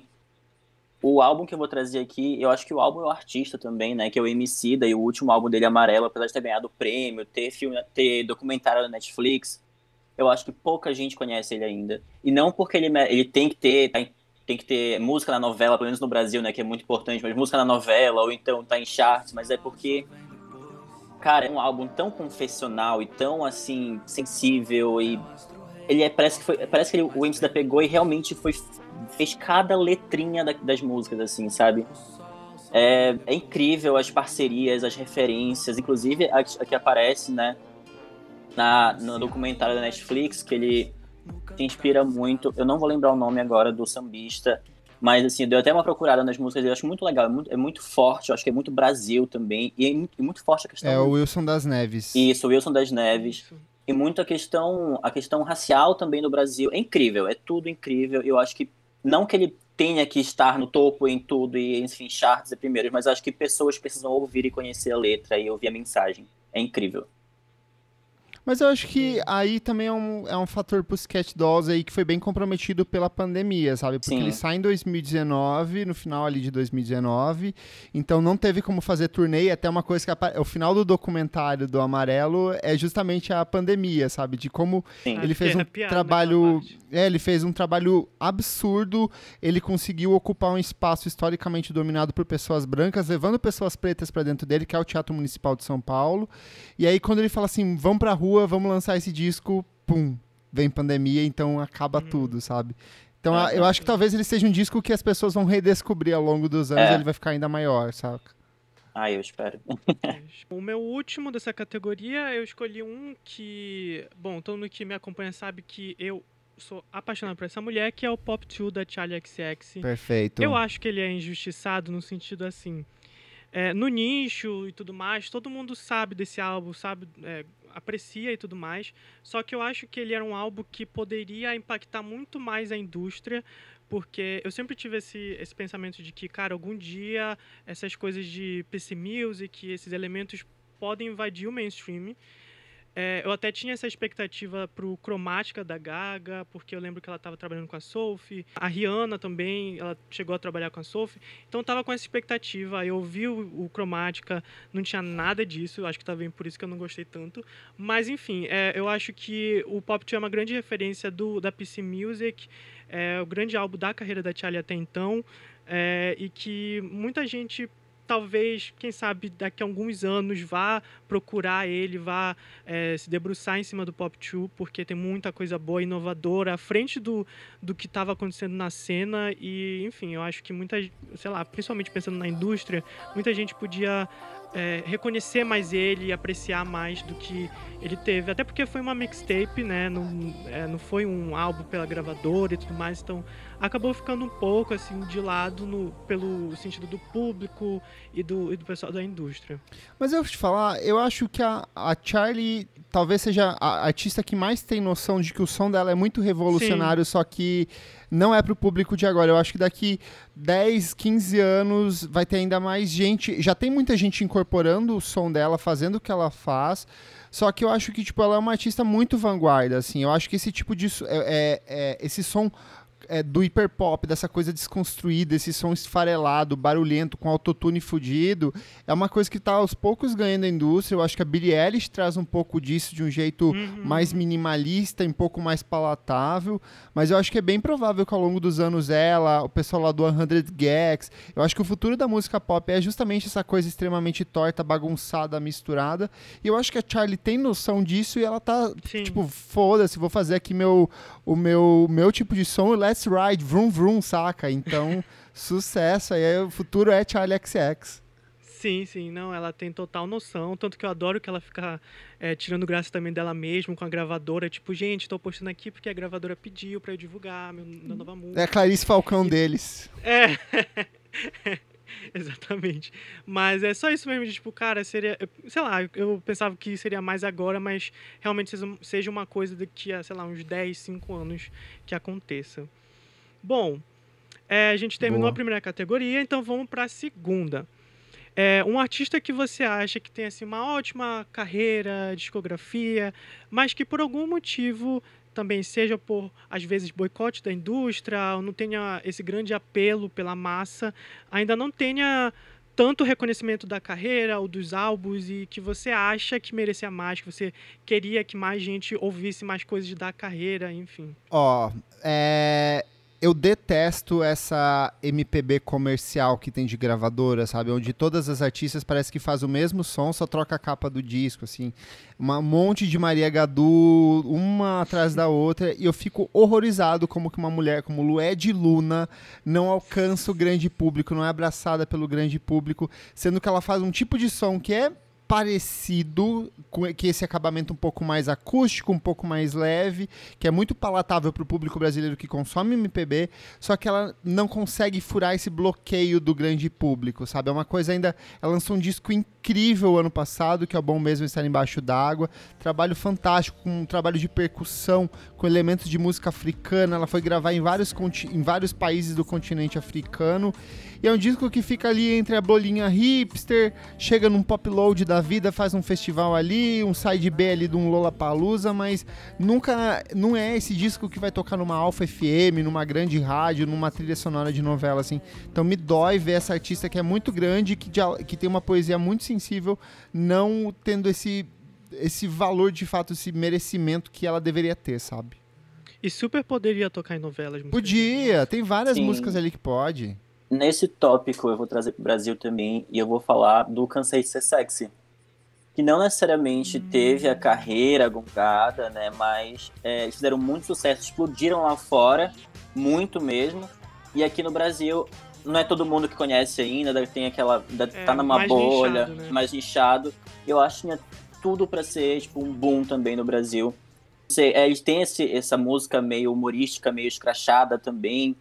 O álbum que eu vou trazer aqui, eu acho que o álbum é o artista também, né? Que é o Emicida, e o último álbum dele, Amarelo, apesar de ter ganhado prêmio, ter, filme, ter documentário na Netflix, eu acho que pouca gente conhece ele ainda. E não porque ele, ele tem que ter... Tá em, tem que ter música na novela, pelo menos no Brasil, né? Que é muito importante, mas música na novela, ou então tá em charts, mas é porque... Cara, é um álbum tão confessional e tão, assim, sensível e... Ele é, parece que, foi, parece que ele, o Emicida pegou e realmente foi, fez cada letrinha da, das músicas, assim, sabe? É, é incrível as parcerias, as referências, inclusive a, a que aparece, né, na, no documentário da Netflix, que ele se inspira muito. Eu não vou lembrar o nome agora do sambista, mas assim, deu até uma procurada nas músicas, eu acho muito legal, é muito, é muito forte, eu acho que é muito Brasil também, e é muito, muito forte a questão... É o do... Wilson das Neves. Isso, o Wilson das Neves. Isso. E muito a questão, a questão racial também no Brasil. É incrível, é tudo incrível. Eu acho que, não que ele tenha que estar no topo em tudo e, enfim, charts e primeiros, mas acho que pessoas precisam ouvir e conhecer a letra e ouvir a mensagem. É incrível. Mas eu acho que aí também é um, é um fator pro Sketch Dolls aí que foi bem comprometido pela pandemia, sabe? Porque Sim. ele sai em dois mil e dezenove, no final ali de dois mil e dezenove, então não teve como fazer turnê, e até uma coisa que apa- o final do documentário do Amarelo é justamente a pandemia, sabe? De como Sim. ele fez um arrepiado trabalho, naquela parte. é, ele fez um trabalho absurdo, ele conseguiu ocupar um espaço historicamente dominado por pessoas brancas, levando pessoas pretas pra dentro dele, que é o Teatro Municipal de São Paulo. E aí quando ele fala assim, vamos pra rua, vamos lançar esse disco, pum, vem pandemia, então acaba Hum. tudo, sabe? Então É, a- eu acho que talvez ele seja um disco que as pessoas vão redescobrir ao longo dos anos, É. e ele vai ficar ainda maior, saca? Ah, eu espero. O meu último dessa categoria, eu escolhi um que... Bom, todo mundo que me acompanha sabe que eu sou apaixonado por essa mulher, que é o Pop dois da Charli X C X. Perfeito. Eu acho que ele é injustiçado no sentido assim... é, no nicho e tudo mais, todo mundo sabe desse álbum, sabe, é, aprecia e tudo mais. Só que eu acho que ele era um álbum que poderia impactar muito mais a indústria, porque eu sempre tive esse, esse pensamento de que, cara, algum dia essas coisas de P C Music, esses elementos podem invadir o mainstream. É, eu até tinha essa expectativa pro Cromática da Gaga, porque eu lembro que ela estava trabalhando com a Sophie. A Rihanna também, ela chegou a trabalhar com a Sophie. Então eu tava com essa expectativa. Aí eu vi o, o Cromática, não tinha nada disso. Acho que talvez por isso que eu não gostei tanto. Mas enfim, é, eu acho que o Pop dois é uma grande referência do, da P C Music. É o grande álbum da carreira da Charli até então. É, e que muita gente... talvez, quem sabe, daqui a alguns anos vá procurar ele, vá é, se debruçar em cima do Pop dois, porque tem muita coisa boa, inovadora, à frente do, do que estava acontecendo na cena. E, enfim, eu acho que muita, sei lá, principalmente pensando na indústria, muita gente podia é, reconhecer mais ele e apreciar mais do que ele teve. Até porque foi uma mixtape, né? Não, é, não foi um álbum pela gravadora e tudo mais, então acabou ficando um pouco assim de lado no, pelo sentido do público e do, e do pessoal da indústria. Mas eu vou te falar, eu acho que a, a Charli talvez seja a artista que mais tem noção de que o som dela é muito revolucionário, Sim. só que não é pro público de agora. Eu acho que daqui dez, quinze anos vai ter ainda mais gente, já tem muita gente incorporando o som dela, fazendo o que ela faz. Só que eu acho que tipo, ela é uma artista muito vanguarda, assim. Eu acho que esse tipo de... É, é, esse som é, do hiperpop, dessa coisa desconstruída, esse som esfarelado, barulhento, com autotune fudido, é uma coisa que tá aos poucos ganhando a indústria. Eu acho que a Billie Eilish traz um pouco disso de um jeito uhum. mais minimalista, um pouco mais palatável, mas eu acho que é bem provável que ao longo dos anos ela, o pessoal lá do cem Gags, eu acho que o futuro da música pop é justamente essa coisa extremamente torta, bagunçada, misturada, e eu acho que a Charli tem noção disso e ela tá, Sim. tipo, foda-se, vou fazer aqui meu, o meu, meu tipo de som, let's ride, vroom vroom, saca? Então, sucesso, aí o futuro é Charli X C X. Sim, sim, não, ela tem total noção, tanto que eu adoro que ela fica é, tirando graça também dela mesma com a gravadora, tipo, gente, tô postando aqui porque a gravadora pediu pra eu divulgar meu, minha nova música. É a Clarice Falcão e... deles. É, exatamente. Mas é só isso mesmo, de, tipo, cara, seria, sei lá, eu pensava que seria mais agora, mas realmente seja uma coisa daqui a, sei lá, uns dez, cinco anos que aconteça. Bom, é, a gente terminou Boa. a primeira categoria, então vamos pra segunda. É um artista que você acha que tem assim, uma ótima carreira, discografia, mas que por algum motivo, também seja por, às vezes, boicote da indústria, ou não tenha esse grande apelo pela massa, ainda não tenha tanto reconhecimento da carreira ou dos álbuns e que você acha que merecia mais, que você queria que mais gente ouvisse mais coisas da carreira, enfim. Ó, oh, é... eu detesto essa M P B comercial que tem de gravadora, sabe? Onde todas as artistas parece que faz o mesmo som, só troca a capa do disco, assim. Um monte de Maria Gadu, uma atrás da outra, e eu fico horrorizado como que uma mulher como Lued Luna não alcança o grande público, não é abraçada pelo grande público, sendo que ela faz um tipo de som que é parecido com que esse acabamento um pouco mais acústico, um pouco mais leve, que é muito palatável para o público brasileiro que consome M P B, só que ela não consegue furar esse bloqueio do grande público, sabe? É uma coisa ainda... Ela lançou um disco incrível ano passado, que é o Bom Mesmo Estar Embaixo d'Água, trabalho fantástico, com um trabalho de percussão, com elementos de música africana, ela foi gravar em vários, em vários países do continente africano, e é um disco que fica ali entre a bolinha hipster, chega num pop load da vida, faz um festival ali, um side B ali de um Lollapalooza, mas nunca, não é esse disco que vai tocar numa Alfa F M, numa grande rádio, numa trilha sonora de novela, assim. Então me dói ver essa artista que é muito grande, que, que tem uma poesia muito sensível, não tendo esse, esse valor, de fato, esse merecimento que ela deveria ter, sabe? E super poderia tocar em novelas. Podia, tem várias Sim. músicas ali que pode. Nesse tópico eu vou trazer pro Brasil também, e eu vou falar do Cansei de Ser Sexy, que não necessariamente hum. teve a carreira gongada, né, mas é, fizeram muito sucesso, explodiram lá fora, muito mesmo, e aqui no Brasil não é todo mundo que conhece ainda, tem aquela, é, tá numa bolha, nichado, né? mais nichado, eu acho que tinha tudo pra ser tipo, um boom também no Brasil. Eles têm esse, essa música meio humorística, meio escrachada também,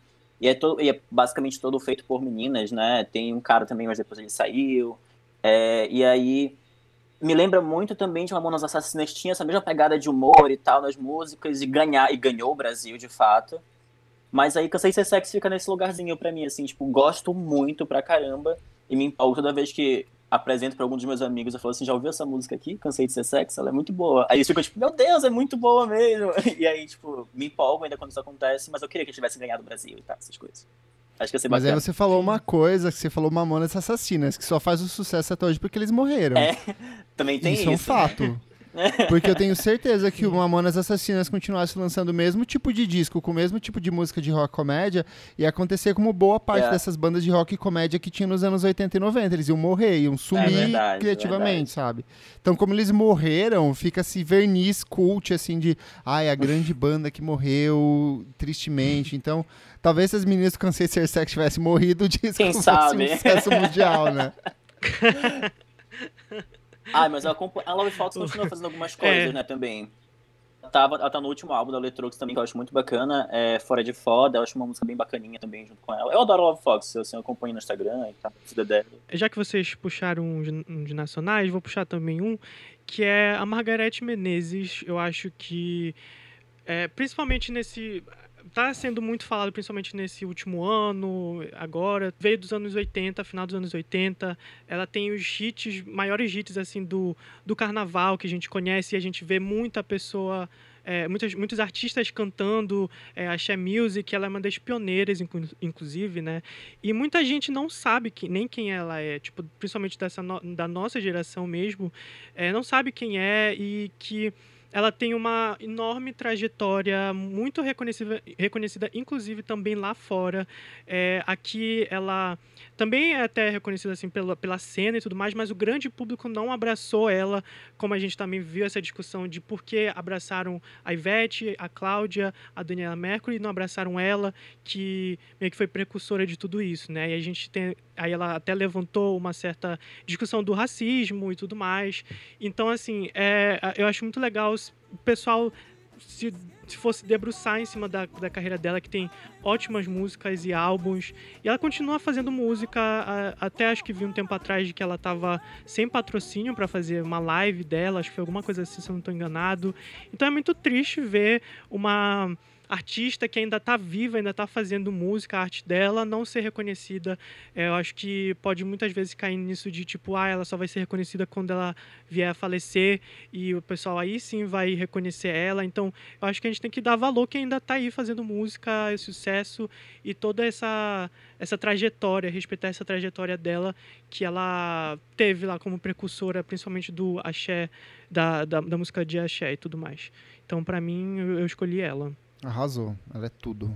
E é, todo, e é basicamente todo feito por meninas, né? Tem um cara também, mas depois ele saiu. É, e aí me lembra muito também de Mamonas Assassinas, que tinha essa mesma pegada de humor e tal nas músicas, e, ganhar, e ganhou o Brasil, de fato. Mas aí Cansei de Ser Sexy fica nesse lugarzinho pra mim, assim, tipo, gosto muito pra caramba, e me empolgo toda vez que apresento pra algum dos meus amigos, eu falo assim, já ouviu essa música aqui, Cansei de Ser Sexy? Ela é muito boa. Aí eles ficam tipo, meu Deus, é muito boa mesmo. E aí, tipo, me empolgo ainda quando isso acontece, mas eu queria que eu tivesse ganhado o Brasil e tal, essas coisas. Acho que ia ser Mas bacana. aí você falou uma coisa, que você falou Mamonas Assassinas, que só faz o sucesso até hoje porque eles morreram. É, também tem isso. Isso é um fato. Porque eu tenho certeza que o Mamonas Assassinas continuasse lançando o mesmo tipo de disco, com o mesmo tipo de música de rock comédia, ia acontecer como boa parte É. dessas bandas de rock e comédia que tinha nos anos oitenta e noventa. Eles iam morrer, iam sumir É verdade, criativamente, verdade. sabe? Então, como eles morreram, fica esse verniz cult, assim, de ai, a grande banda que morreu tristemente. Então, talvez se as meninas do Cansei de Ser Sexy tivessem morrido, o disco Quem fosse sabe? um sucesso mundial, né? Ah, mas eu acompanho... a Love Fox continua fazendo algumas coisas, É. né, também. Ela, tava, ela tá no último álbum da Letrox também, que eu acho muito bacana, é Fora de Foda, eu acho uma música bem bacaninha também, junto com ela. Eu adoro a Love Fox, assim, eu acompanho no Instagram e tal, tudo dela. Já que vocês puxaram um de, um de nacionais, vou puxar também um, que é a Margareth Menezes. Eu acho que, é, principalmente nesse... Tá sendo muito falado, principalmente nesse último ano, agora. Veio dos anos oitenta, final dos anos oitenta. Ela tem os hits, maiores hits, assim, do, do carnaval, que a gente conhece, e a gente vê muita pessoa... É, muitos, muitos artistas cantando é, axé music, ela é uma das pioneiras, inclu- inclusive, né? E muita gente não sabe que, nem quem ela é, tipo, principalmente dessa no, da nossa geração mesmo, é, não sabe quem é, e que ela tem uma enorme trajetória, muito reconhecida, reconhecida inclusive também lá fora. É, aqui ela também é até reconhecida assim, pela, pela cena e tudo mais, mas o grande público não abraçou ela, como a gente também viu essa discussão de por que abraçaram a Ivete, a Cláudia, a Daniela Mercury, e não abraçaram ela, que meio que foi precursora de tudo isso, né? E a gente tem... Aí ela até levantou uma certa discussão do racismo e tudo mais. Então, assim, é, eu acho muito legal o pessoal, se, se fosse debruçar em cima da, da carreira dela, que tem ótimas músicas e álbuns. E ela continua fazendo música, a, até acho que vi um tempo atrás de que ela estava sem patrocínio para fazer uma live dela, acho que foi alguma coisa assim, se eu não estou enganado. Então é muito triste ver uma artista que ainda está viva, ainda está fazendo música, a arte dela não ser reconhecida. É, eu acho que pode muitas vezes cair nisso de tipo, ah, ela só vai ser reconhecida quando ela vier a falecer e o pessoal aí sim vai reconhecer ela. Então eu acho que a gente tem que dar valor que ainda está aí fazendo música, esse sucesso e toda essa, essa trajetória, respeitar essa trajetória dela que ela teve lá como precursora, principalmente do axé, da, da, da música de axé e tudo mais. Então, para mim, eu, eu escolhi ela. Arrasou, ela é tudo.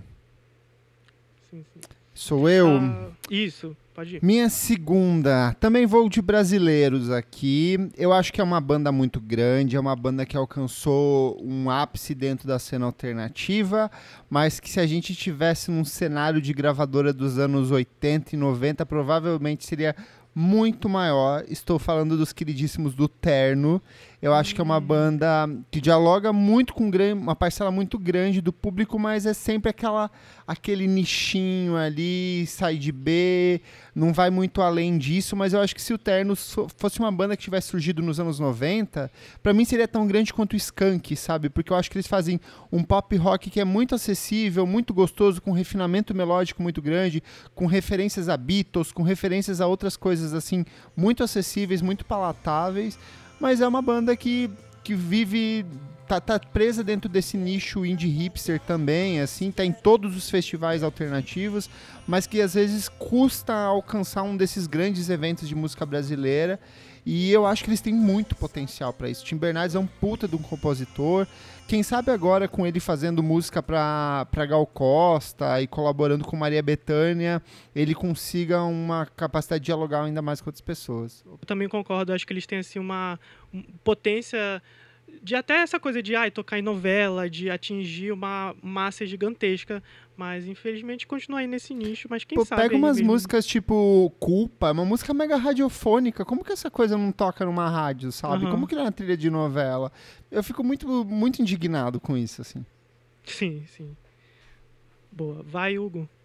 Sim, sim. Sou eu? Ah, isso, pode ir. Minha segunda, também vou de brasileiros aqui. Eu acho que é uma banda muito grande, é uma banda que alcançou um ápice dentro da cena alternativa, mas que se a gente tivesse num cenário de gravadora dos anos oitenta e noventa, provavelmente seria muito maior. Estou falando dos queridíssimos do Terno. Eu acho que é uma banda que dialoga muito com uma parcela muito grande do público, mas é sempre aquela, aquele nichinho ali, side B, não vai muito além disso, mas eu acho que se o Terno fosse uma banda que tivesse surgido nos anos noventa, pra mim seria tão grande quanto o Skank, sabe? Porque eu acho que eles fazem um pop rock que é muito acessível, muito gostoso, com refinamento melódico muito grande, com referências a Beatles, com referências a outras coisas assim, muito acessíveis, muito palatáveis, mas é uma banda que, que vive, tá, tá presa dentro desse nicho indie hipster também, assim, tá em todos os festivais alternativos, mas que às vezes custa alcançar um desses grandes eventos de música brasileira, e eu acho que eles têm muito potencial para isso. Tim Bernardes é um puta de um compositor, quem sabe agora com ele fazendo música para para Gal Costa e colaborando com Maria Bethânia, ele consiga uma capacidade de dialogar ainda mais com outras pessoas. Eu também concordo, acho que eles têm assim uma potência de até essa coisa de ah, tocar em novela, de atingir uma massa gigantesca, mas infelizmente continua aí nesse nicho, mas quem Pô, sabe... pega umas mesmo... músicas tipo Culpa, uma música mega radiofônica, como que essa coisa não toca numa rádio, sabe? Uhum. Como que não é uma trilha de novela? Eu fico muito, muito indignado com isso, assim. Sim, sim. Boa. Vai, Hugo.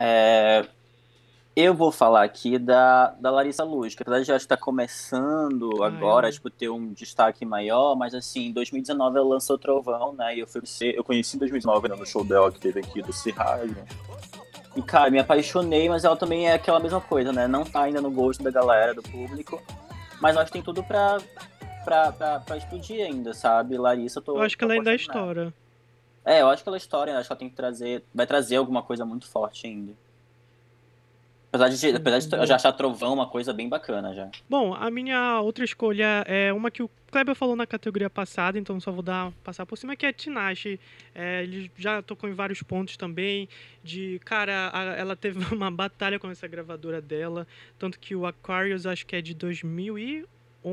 É, eu vou falar aqui da, da Larissa Luz, que apesar de já estar começando Ah, agora, eu... tipo, ter um destaque maior, mas assim, em dois mil e dezenove ela lançou Trovão, né? E eu fui eu conheci em dois mil e dezenove, né, no show dela que teve aqui do Cirralho. E, cara, me apaixonei, mas ela também é aquela mesma coisa, né? Não tá ainda no gosto da galera, do público. Mas eu acho que tem tudo pra, pra, pra, pra explodir ainda, sabe? Larissa, eu tô, eu acho que tô ela ainda é apostando nela. história. É, eu acho que ela é história, né? Acho que ela tem que trazer. Vai trazer alguma coisa muito forte ainda. Apesar de, apesar de eu já Boa. achar Trovão uma coisa bem bacana já. Bom, a minha outra escolha é uma que o Kleber falou na categoria passada, então só vou dar passar por cima, que é Tinashe. É, ele já tocou em vários pontos também, de, cara, a- ela teve uma batalha com essa gravadora dela, tanto que o Aquarius acho que é de dois mil e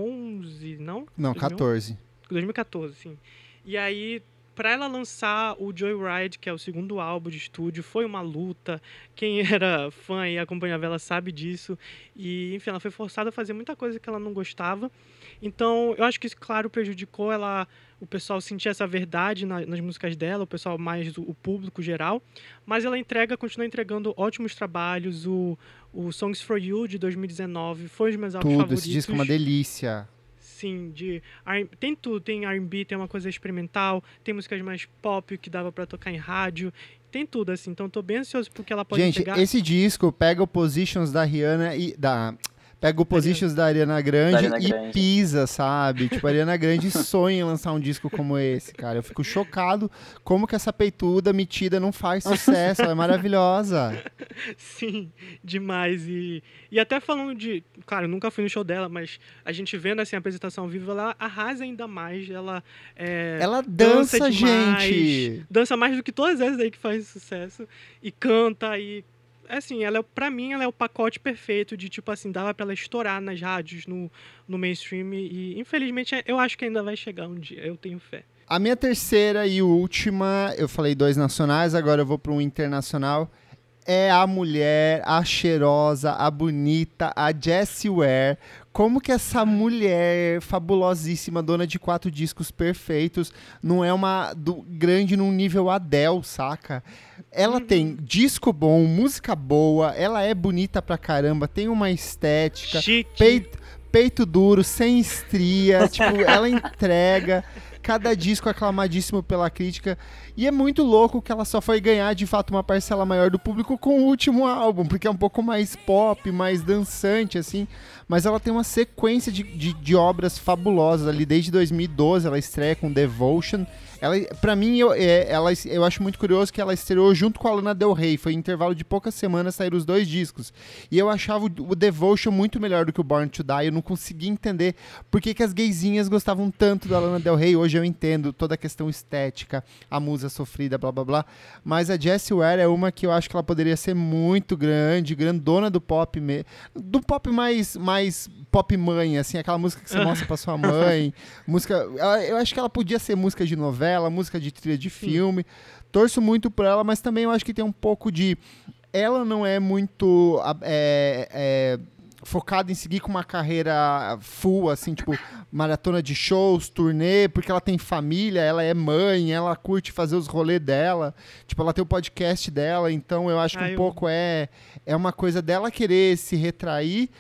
onze, não? Não, dois mil e onze? catorze. dois mil e catorze, sim. E aí, pra ela lançar o Joyride, que é o segundo álbum de estúdio, foi uma luta. Quem era fã e acompanhava ela sabe disso. E, enfim, ela foi forçada a fazer muita coisa que ela não gostava. Então, eu acho que isso, claro, prejudicou ela, o pessoal sentir essa verdade na- nas músicas dela, o pessoal mais, o, o público geral. Mas ela entrega, continua entregando ótimos trabalhos. O, o Songs for You, de dois mil e dezenove, foi um dos meus álbuns Tudo, favoritos. esse disco é uma delícia. Sim, de R- tem tudo, tem R and B, tem uma coisa experimental, tem músicas mais pop que dava pra tocar em rádio, tem tudo assim. Então tô bem ansioso porque ela pode Gente, entregar. esse disco pega o Positions da Rihanna e da pega o Positions da Ariana Grande Da Ariana e Grande. pisa, sabe? Tipo, a Ariana Grande sonha em lançar um disco como esse, cara. Eu fico chocado como que essa peituda metida não faz sucesso, ela é maravilhosa. Sim, demais. E, e até falando de. Claro, eu nunca fui no show dela, mas a gente vendo assim, a apresentação ao vivo, ela arrasa ainda mais. Ela é, Ela dança, demais, gente. dança mais do que todas essas aí que fazem sucesso. E canta. E assim, ela é, pra mim, ela é o pacote perfeito de tipo assim, dava pra ela estourar nas rádios, no, no mainstream. E infelizmente eu acho que ainda vai chegar um dia. Eu tenho fé. A minha terceira e última, eu falei dois nacionais, agora eu vou para um internacional. É a mulher, a cheirosa, a bonita, a Jessie Ware. Como que essa mulher fabulosíssima, dona de quatro discos perfeitos, não é uma do, grande num nível Adele, saca? Ela Uhum. tem disco bom, música boa, ela é bonita pra caramba, tem uma estética, Chique. peito, peito duro, sem estria, tipo, ela entrega. Cada disco aclamadíssimo pela crítica. E é muito louco que ela só foi ganhar, de fato, uma parcela maior do público com o último álbum, porque é um pouco mais pop, mais dançante, assim. Mas ela tem uma sequência de, de, de obras fabulosas ali. Desde dois mil e doze ela estreia com Devotion. Ela, pra mim, eu, é, ela, eu acho muito curioso que ela estreou junto com a Lana Del Rey. Foi em intervalo de poucas semanas saíram os dois discos. E eu achava o, o Devotion muito melhor do que o Born to Die. Eu não conseguia entender por que, que as gaysinhas gostavam tanto da Lana Del Rey. Hoje eu entendo toda a questão estética, a musa sofrida, blá blá blá. Mas a Jessie Ware é uma que eu acho que ela poderia ser muito grande, grandona do pop, me... do pop mais, mais pop mãe, assim, aquela música que você mostra pra sua mãe. música, eu acho que ela podia ser música de novela, música de trilha de filme. Torço muito por ela, mas também eu acho que tem um pouco de... Ela não é muito... É, é, focada em seguir com uma carreira full, assim, tipo, maratona de shows, turnê, porque ela tem família, ela é mãe, ela curte fazer os rolês dela, tipo, ela tem o podcast dela, então eu acho que Ah, um eu- pouco é, é uma coisa dela querer se retrair,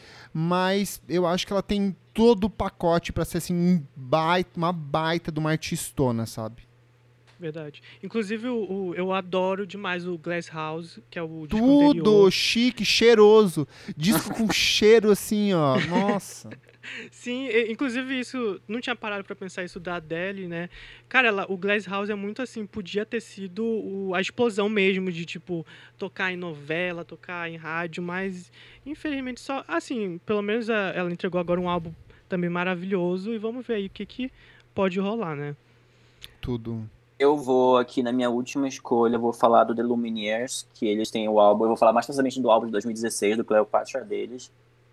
mas eu acho que ela tem todo o pacote pra ser, assim, um baita, uma baita de uma artistona, sabe? Verdade. Inclusive, o, o- eu adoro demais o Glass House, que é o disco Tudo anterior. chique, cheiroso, disco com cheiro, assim, ó, nossa. Sim, e- inclusive isso, não tinha parado pra pensar isso da Adele, né? Cara, ela, o Glass House é muito assim, podia ter sido o- a explosão mesmo de, tipo, tocar em novela, tocar em rádio, mas infelizmente só, assim, pelo menos a- ela entregou agora um álbum também maravilhoso e vamos ver aí o que que pode rolar, né? Tudo. Eu vou aqui na minha última escolha, eu vou falar do The Lumineers, que eles têm o álbum, eu vou falar mais precisamente do álbum de dois mil e dezesseis, do Cleopatra deles.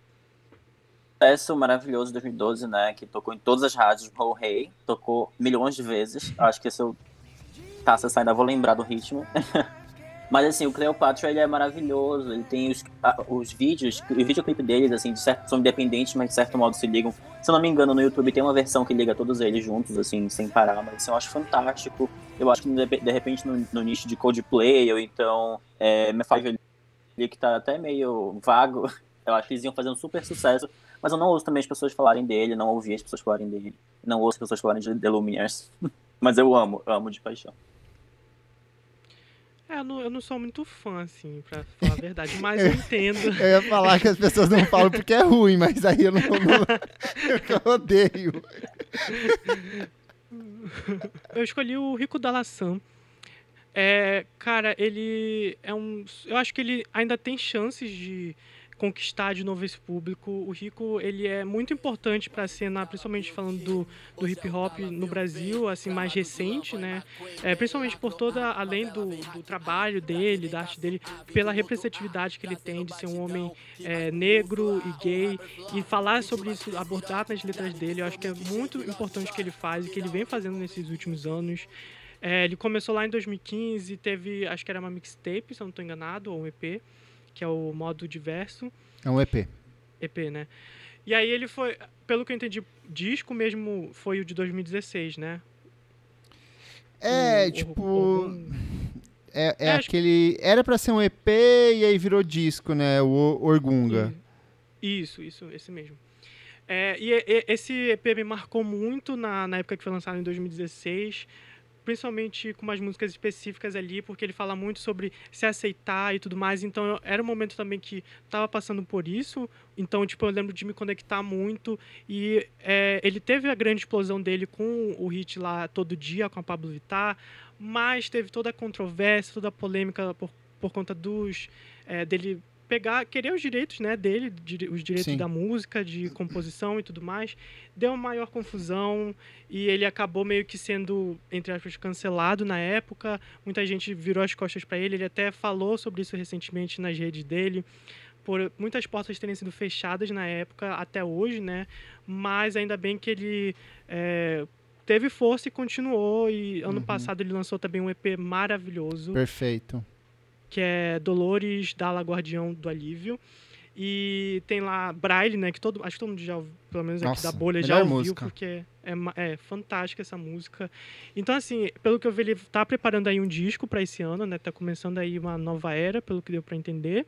Sucesso maravilhoso de dois mil e doze, né, que tocou em todas as rádios, o Rei, tocou milhões de vezes, acho que se eu tá acessar ainda vou lembrar do ritmo. Mas assim, o Cleopatra, ele é maravilhoso, ele tem os, a- os vídeos, o videoclipe deles, assim, de certo, são independentes, mas de certo modo se ligam. Se eu não me engano, no YouTube tem uma versão que liga todos eles juntos, assim, sem parar, mas assim, eu acho fantástico. Eu acho que de, de repente no, no nicho de Coldplay, ou então é, M Five que tá até meio vago, eu acho que eles iam fazer um super sucesso, mas eu não ouço também as pessoas falarem dele, não ouvi as pessoas falarem dele, não ouço as pessoas falarem de The Lumineers, mas eu amo, eu amo de paixão. É, eu não, eu não sou muito fã, assim, pra falar a verdade, mas eu entendo. Eu ia falar que as pessoas não falam porque é ruim, mas aí eu não, não eu odeio. Eu escolhi o Rico da Laçã. É, cara, ele é um... Eu acho que ele ainda tem chances de conquistar de novo esse público. O Rico, ele é muito importante para a cena, principalmente falando do, do hip hop no Brasil, assim, mais recente, né? É, principalmente por toda, além do, do trabalho dele, da arte dele, pela representatividade que ele tem de ser um homem é, negro e gay, e falar sobre isso, abordar nas letras dele, eu acho que é muito importante o que ele faz e que ele vem fazendo nesses últimos anos. É, ele começou lá em dois mil e quinze, teve, acho que era uma mixtape, se eu não estou enganado, ou um E P, que é o modo diverso. É um E P. E P, né? E aí ele foi, pelo que eu entendi, disco mesmo foi o de dois mil e dezesseis, né? É, o, tipo... O, o... É, é, é aquele... Era pra ser um E P e aí virou disco, né? O Orgunga. Isso, isso, esse mesmo. É, e, e esse E P me marcou muito na, na época que foi lançado em dois mil e dezesseis, principalmente com umas músicas específicas ali, porque ele fala muito sobre se aceitar e tudo mais, então eu, era um momento também que tava passando por isso, então, tipo, eu lembro de me conectar muito, e é, ele teve a grande explosão dele com o hit lá, Todo Dia, com a Pablo Vittar, mas teve toda a controvérsia, toda a polêmica por, por conta dos... É, dele pegar, querer os direitos, né, dele, de, os direitos Sim. da música, de composição e tudo mais, deu uma maior confusão e ele acabou meio que sendo, entre aspas, cancelado na época. Muita gente virou as costas para ele, ele até falou sobre isso recentemente nas redes dele, por muitas portas terem sido fechadas na época, até hoje, né, mas ainda bem que ele é, teve força e continuou, e ano uhum. passado ele lançou também um E P maravilhoso. Perfeito. Que é Dolores Dalla Guardião do Alívio. E tem lá Braille, né? Que todo, acho que todo mundo já, pelo menos aqui Nossa, da bolha, já ouviu, música. porque é, é, é fantástica essa música. Então, assim, pelo que eu vi, ele tá preparando aí um disco para esse ano, né? Tá começando aí uma nova era, pelo que deu para entender.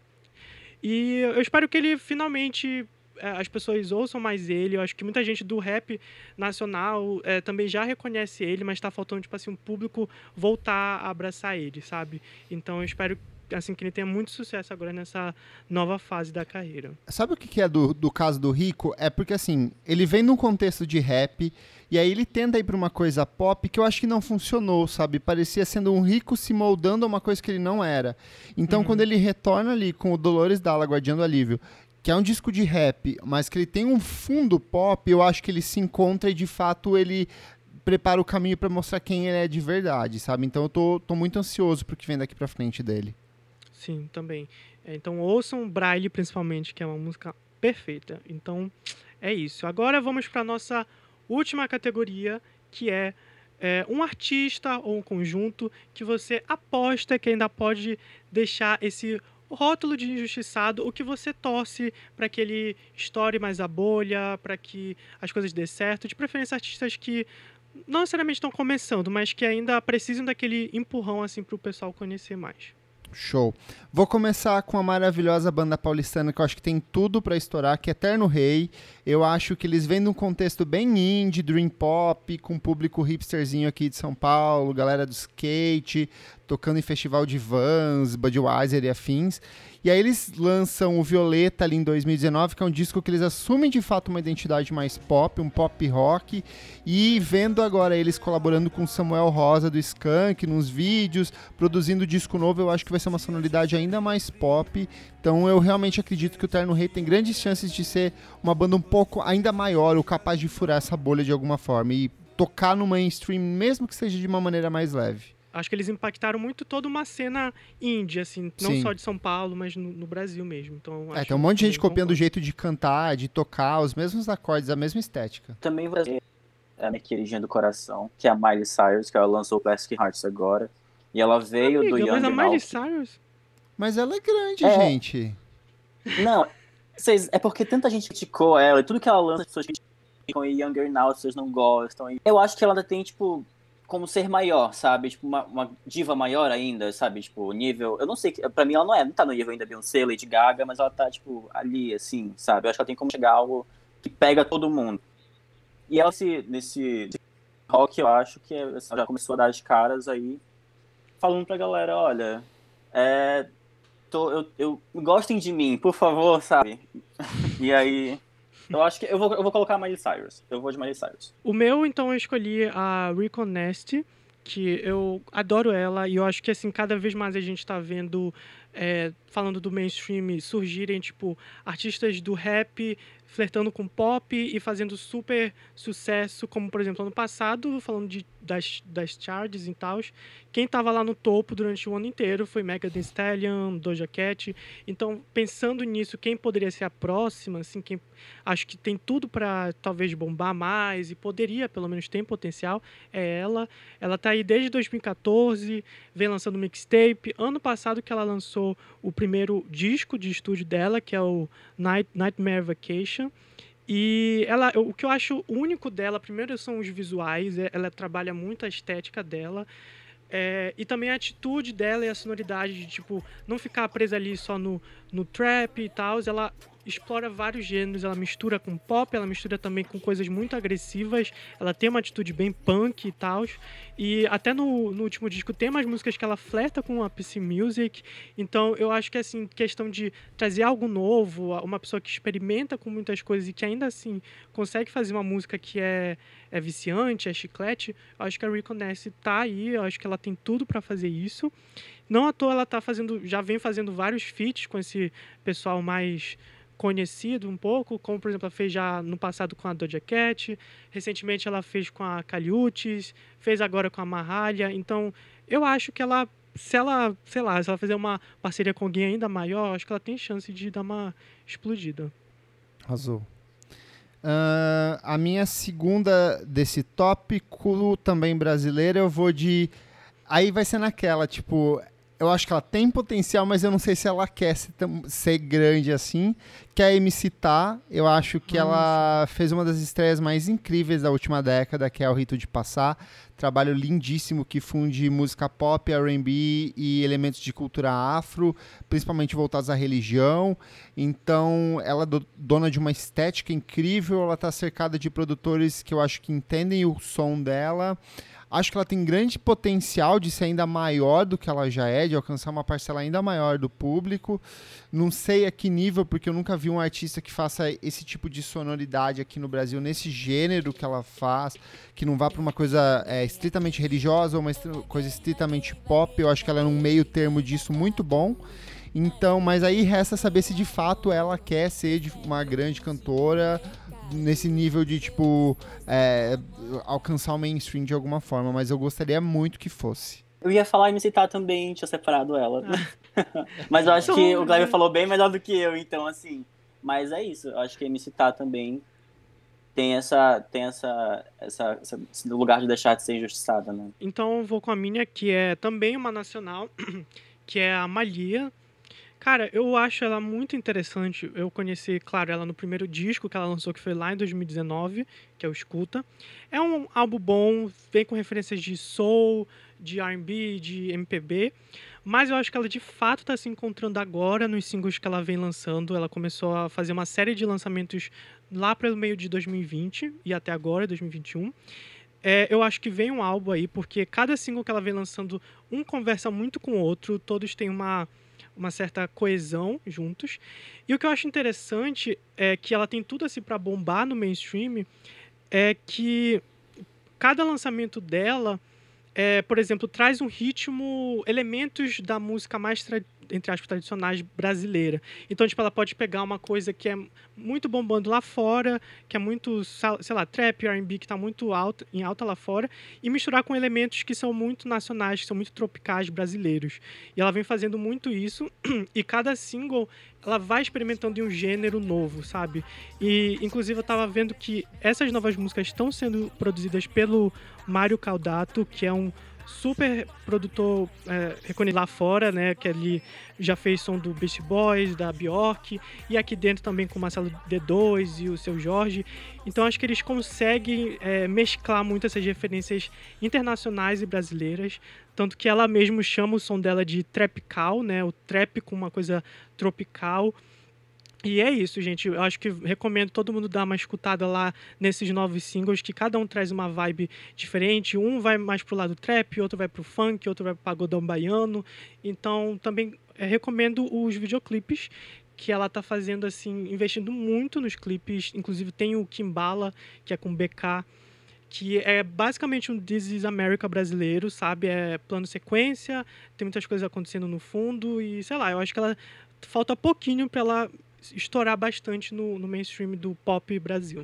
E eu espero que ele finalmente... as pessoas ouçam mais ele. Eu acho que muita gente do rap nacional é, também já reconhece ele, mas tá faltando, tipo assim, um público voltar a abraçar ele, sabe? Então eu espero assim, que ele tenha muito sucesso agora nessa nova fase da carreira. Sabe o que é do, do caso do Rico? É porque, assim, ele vem num contexto de rap, e aí ele tenta ir pra uma coisa pop que eu acho que não funcionou, sabe? Parecia sendo um Rico se moldando a uma coisa que ele não era. Então, uhum. quando ele retorna ali com o Dolores Dalla, Guardiã do Alívio, que é um disco de rap, mas que ele tem um fundo pop, eu acho que ele se encontra e, de fato, ele prepara o caminho pra mostrar quem ele é de verdade, sabe? Então, eu tô, tô muito ansioso pro que vem daqui pra frente dele. Sim, também. É, então, ouçam Braille, principalmente, que é uma música perfeita. Então, é isso. Agora, vamos pra nossa última categoria, que é, é um artista ou um conjunto que você aposta que ainda pode deixar esse rótulo de injustiçado, o que você torce para que ele estoure mais a bolha, para que as coisas dê certo, de preferência artistas que não necessariamente estão começando, mas que ainda precisam daquele empurrão assim para o pessoal conhecer mais. Show. Vou começar com a maravilhosa banda paulistana que eu acho que tem tudo pra estourar, que é Terno Rei. Eu acho que eles vêm num contexto bem indie, dream pop, com público hipsterzinho aqui de São Paulo, galera do skate, tocando em festival de Vans, Budweiser e afins. E aí eles lançam o Violeta ali em dois mil e dezenove, que é um disco que eles assumem de fato uma identidade mais pop, um pop rock, e vendo agora eles colaborando com Samuel Rosa do Skank nos vídeos, produzindo disco novo, eu acho que vai ser uma sonoridade ainda mais pop. Então eu realmente acredito que o Terno Rei tem grandes chances de ser uma banda um pouco ainda maior, ou capaz de furar essa bolha de alguma forma e tocar no mainstream, mesmo que seja de uma maneira mais leve. Acho que eles impactaram muito toda uma cena indie, assim, não Sim. só de São Paulo, mas no, no Brasil mesmo. Então, é, acho tem um monte de gente concordo. copiando o jeito de cantar, de tocar, os mesmos acordes, a mesma estética. Também vai ser a minha queridinha do coração, que é a Miley Cyrus, que ela lançou o Plastic Hearts agora. E ela veio Amiga, do Young mas a Miley Now. Cyrus? Mas ela é grande, é... gente. Não, vocês, é porque tanta gente criticou ela, e tudo que ela lança, as pessoas criticam, e Younger Now, as pessoas não gostam. E eu acho que ela ainda tem, tipo, como ser maior, sabe? Tipo, uma, uma diva maior ainda, sabe? Tipo, nível... Eu não sei, pra mim ela não é, não tá no nível ainda Beyoncé, Lady Gaga, mas ela tá, tipo, ali, assim, sabe? Eu acho que ela tem como chegar a algo que pega todo mundo. E ela, nesse, nesse rock, eu acho que assim, ela já começou a dar as caras aí, falando pra galera, olha, é... Tô, eu, eu, gostem de mim, por favor, sabe? E aí... Eu acho que eu vou, eu vou colocar a Miley Cyrus. Eu vou de Miley Cyrus. O meu, então, eu escolhi a Rico Nasty, que eu adoro ela, e eu acho que, assim, cada vez mais a gente tá vendo, é, falando do mainstream, surgirem, tipo, artistas do rap flertando com pop e fazendo super sucesso, como, por exemplo, ano passado, falando de, das, das charts e tal, quem tava lá no topo durante o ano inteiro foi Megan Thee Stallion, Doja Cat. Então, pensando nisso, quem poderia ser a próxima, assim, quem acho que tem tudo para talvez bombar mais e poderia, pelo menos tem potencial, é ela. Ela tá aí desde dois mil e quatorze, vem lançando mixtape. Ano passado que ela lançou o primeiro disco de estúdio dela, que é o Night, Nightmare Vacation. E ela, o que eu acho único dela, primeiro são os visuais, ela trabalha muito a estética dela. É, e também a atitude dela e a sonoridade de, tipo, não ficar presa ali só no, no trap e tal. Ela explora vários gêneros, ela mistura com pop, ela mistura também com coisas muito agressivas, ela tem uma atitude bem punk e tal. E até no, no último disco tem umas músicas que ela flerta com a P C Music. Então eu acho que, assim, questão de trazer algo novo, uma pessoa que experimenta com muitas coisas e que ainda assim consegue fazer uma música que é, é viciante, é chiclete, eu acho que a Rico Nasty tá aí, eu acho que ela tem tudo para fazer isso. Não à toa ela tá fazendo, já vem fazendo vários feats com esse pessoal mais conhecido um pouco, como por exemplo ela fez já no passado com a Doja Cat, recentemente ela fez com a Kali Uchis, fez agora com a Mahalia. Então eu acho que ela, se ela, sei lá, se ela fizer uma parceria com alguém ainda maior, acho que ela tem chance de dar uma explodida. Arrasou. Uh, a minha segunda desse tópico, também brasileira, eu vou de... Aí vai ser naquela, tipo... Eu acho que ela tem potencial, mas eu não sei se ela quer ser, ser grande assim. Que é a M C Tá. Eu acho que Nossa. ela fez uma das estreias mais incríveis da última década, que é O Rito de Passar. Trabalho lindíssimo que funde música pop, R and B e elementos de cultura afro, principalmente voltados à religião. Então, ela é do, dona de uma estética incrível. Ela está cercada de produtores que eu acho que entendem o som dela. Acho que ela tem grande potencial de ser ainda maior do que ela já é, de alcançar uma parcela ainda maior do público. Não sei a que nível, porque eu nunca vi um artista que faça esse tipo de sonoridade aqui no Brasil, nesse gênero que ela faz, que não vá para uma coisa é, estritamente religiosa ou uma est- coisa estritamente pop. Eu acho que ela é um meio termo disso muito bom. Então, mas aí resta saber se de fato ela quer ser uma grande cantora nesse nível de, tipo, é, alcançar o mainstream de alguma forma, mas eu gostaria muito que fosse. Eu ia falar e me citar também, tinha separado ela. Ah. Mas eu acho que o Glaiber falou bem melhor do que eu, então, assim... Mas é isso, eu acho que a M C Tá também tem, essa, tem essa, essa, esse lugar de deixar de ser injustiçada, né? Então eu vou com a minha, que é também uma nacional, que é a Malia. Cara, eu acho ela muito interessante. Eu conheci, claro, ela no primeiro disco que ela lançou, que foi lá em dois mil e dezenove, que é o Escuta. É um álbum bom, vem com referências de soul, de R and B, de M P B, mas eu acho que ela de fato está se encontrando agora nos singles que ela vem lançando. Ela começou a fazer uma série de lançamentos lá pelo meio de dois mil e vinte e até agora, dois mil e vinte e um. É, eu acho que vem um álbum aí, porque cada single que ela vem lançando, um conversa muito com o outro, todos têm uma... uma certa coesão juntos. E o que eu acho interessante é que ela tem tudo assim para bombar no mainstream, é que cada lançamento dela, é, por exemplo, traz um ritmo, elementos da música mais, tra- entre aspas, tradicionais brasileira. Então, tipo, ela pode pegar uma coisa que é muito bombando lá fora, que é muito, sei lá, trap, R and B, que está muito alta, em alta lá fora, e misturar com elementos que são muito nacionais, que são muito tropicais brasileiros. E ela vem fazendo muito isso, e cada single ela vai experimentando em um gênero novo, sabe? E, inclusive, eu tava vendo que essas novas músicas estão sendo produzidas pelo Mário Caldato, que é um super produtor é, reconhecido lá fora, né? Que ele já fez som do Beast Boys, da Bjork, e aqui dentro também com o Marcelo D dois e o Seu Jorge. Então acho que eles conseguem é, mesclar muito essas referências internacionais e brasileiras, tanto que ela mesmo chama o som dela de tropical, né? O trap com uma coisa tropical. E é isso, gente. Eu acho que recomendo todo mundo dar uma escutada lá nesses novos singles, que cada um traz uma vibe diferente. Um vai mais pro lado trap, outro vai pro funk, outro vai pro pagodão baiano. Então, também é, recomendo os videoclipes que ela tá fazendo, assim, investindo muito nos clipes. Inclusive tem o Kimbala, que é com B K, que é basicamente um This is America brasileiro, sabe? É plano sequência, tem muitas coisas acontecendo no fundo e, sei lá, eu acho que ela falta pouquinho para ela estourar bastante no, no mainstream do pop Brasil.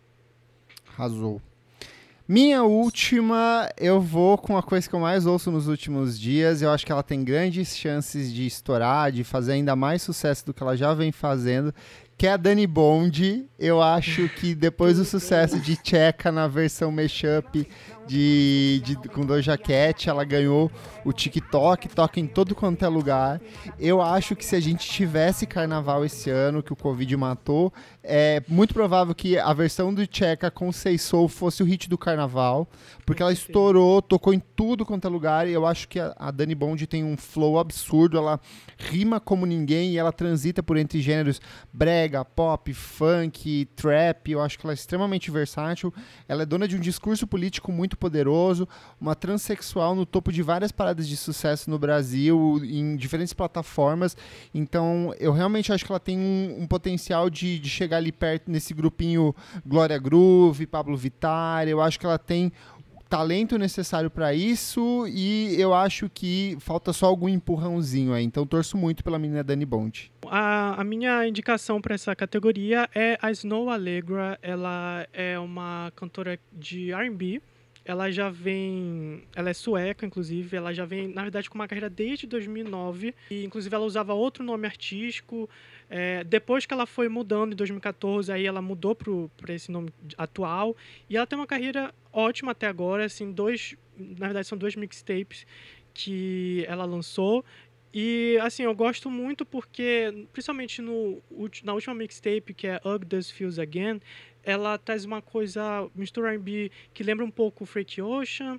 Arrasou. Minha última, eu vou com a coisa que eu mais ouço nos últimos dias. Eu acho que ela tem grandes chances de estourar, de fazer ainda mais sucesso do que ela já vem fazendo, que é a Dani Bond. Eu acho que depois do sucesso de Tcheca na versão mashup de, de, com Doja Cat, ela ganhou o TikTok, toca em todo quanto é lugar. Eu acho que se a gente tivesse carnaval esse ano, que o Covid matou, é muito provável que a versão do Tcheca com Say Soul fosse o hit do carnaval, porque ela estourou, tocou em tudo quanto é lugar, e eu acho que a, a Dani Bond tem um flow absurdo, ela rima como ninguém e ela transita por entre gêneros brega, pop, funk, trap. Eu acho que ela é extremamente versátil, ela é dona de um discurso político muito poderoso, uma transexual no topo de várias paradas de sucesso no Brasil, em diferentes plataformas. Então eu realmente acho que ela tem um, um potencial de, de chegar ali perto nesse grupinho Glória Groove, Pablo Vittar. Eu acho que ela tem talento necessário para isso e eu acho que falta só algum empurrãozinho aí. Então torço muito pela menina Dani Bond. A, a minha indicação para essa categoria é a Snow Allegra. Ela é uma cantora de R and B. Ela já vem... Ela é sueca, inclusive. Ela já vem, na verdade, com uma carreira desde dois mil e nove. E, inclusive, ela usava outro nome artístico. É, depois que ela foi mudando, em dois mil e catorze, aí ela mudou para esse nome atual. E ela tem uma carreira ótima até agora. Assim, dois, na verdade, são dois mixtapes que ela lançou. E, assim, eu gosto muito porque, principalmente no, na última mixtape, que é Hug This Feels Again, ela traz uma coisa, mistura R and B que lembra um pouco Freak Ocean,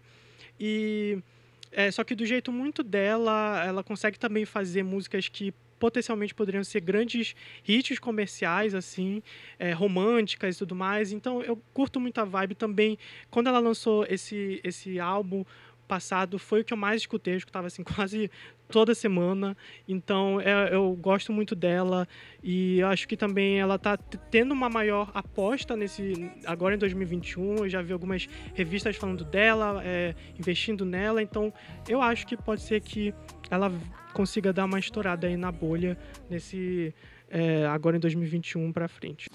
e é, só que do jeito muito dela, ela consegue também fazer músicas que potencialmente poderiam ser grandes hits comerciais, assim, é, românticas e tudo mais. Então eu curto muito a vibe também. Quando ela lançou esse, esse álbum passado, foi o que eu mais escutei, eu escutava assim quase toda semana. Então é, eu gosto muito dela e eu acho que também ela está tendo uma maior aposta nesse agora em dois mil e vinte e um. Eu já vi algumas revistas falando dela, é, investindo nela. Então eu acho que pode ser que ela consiga dar uma estourada aí na bolha nesse é, agora em dois mil e vinte e um para frente.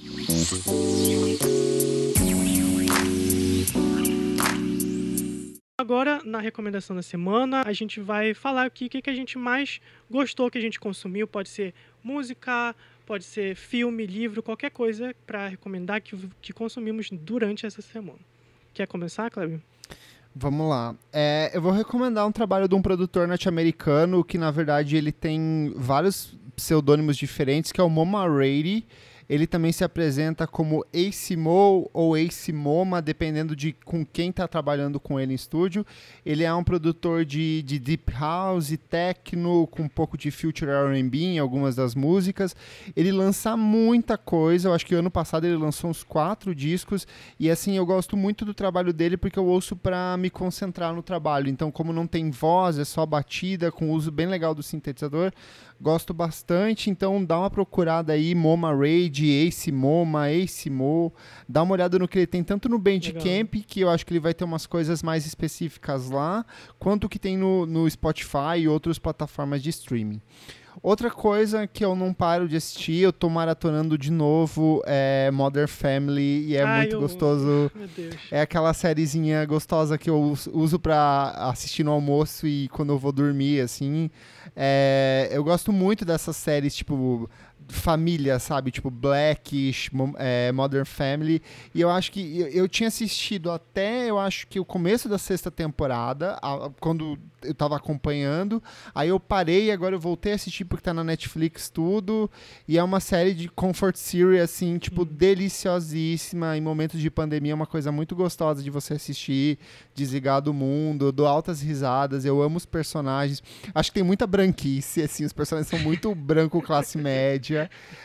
Agora, na recomendação da semana, a gente vai falar aqui o que, que a gente mais gostou, que a gente consumiu. Pode ser música, pode ser filme, livro, qualquer coisa para recomendar que, que consumimos durante essa semana. Quer começar, Clébio? Vamos lá. É, eu vou recomendar um trabalho de um produtor norte-americano que, na verdade, ele tem vários pseudônimos diferentes, que é o Moma Rady. Ele também se apresenta como Ace Mo ou Ace Moma, dependendo de com quem está trabalhando com ele em estúdio. Ele é um produtor de, de Deep House, Techno, com um pouco de Future R and B em algumas das músicas. Ele lança muita coisa. Eu acho que ano passado ele lançou uns quatro discos. E assim, eu gosto muito do trabalho dele porque eu ouço para me concentrar no trabalho. Então, como não tem voz, é só batida, com uso bem legal do sintetizador, gosto bastante. Então dá uma procurada aí, Moma Rady, Ace Moma, Ace Mo. Dá uma olhada no que ele tem, tanto no Bandcamp, que eu acho que ele vai ter umas coisas mais específicas lá, quanto que tem no, no Spotify e outras plataformas de streaming. Outra coisa que eu não paro de assistir, eu tô maratonando de novo, é Modern Family, e é Ai, muito eu... gostoso. Meu Deus. É aquela sériezinha gostosa que eu uso pra assistir no almoço e quando eu vou dormir, assim. É, eu gosto muito dessas séries, tipo família, sabe? Tipo, Blackish, Mo- é, Modern Family. E eu acho que eu, eu tinha assistido até, eu acho que o começo da sexta temporada, a- quando eu tava acompanhando. Aí eu parei e agora eu voltei a assistir porque tá na Netflix tudo. E é uma série de comfort series, assim, tipo, deliciosíssima. Em momentos de pandemia, é uma coisa muito gostosa de você assistir, desligar do mundo. Eu dou altas risadas, eu amo os personagens. Acho que tem muita branquice, assim, os personagens são muito branco, classe média.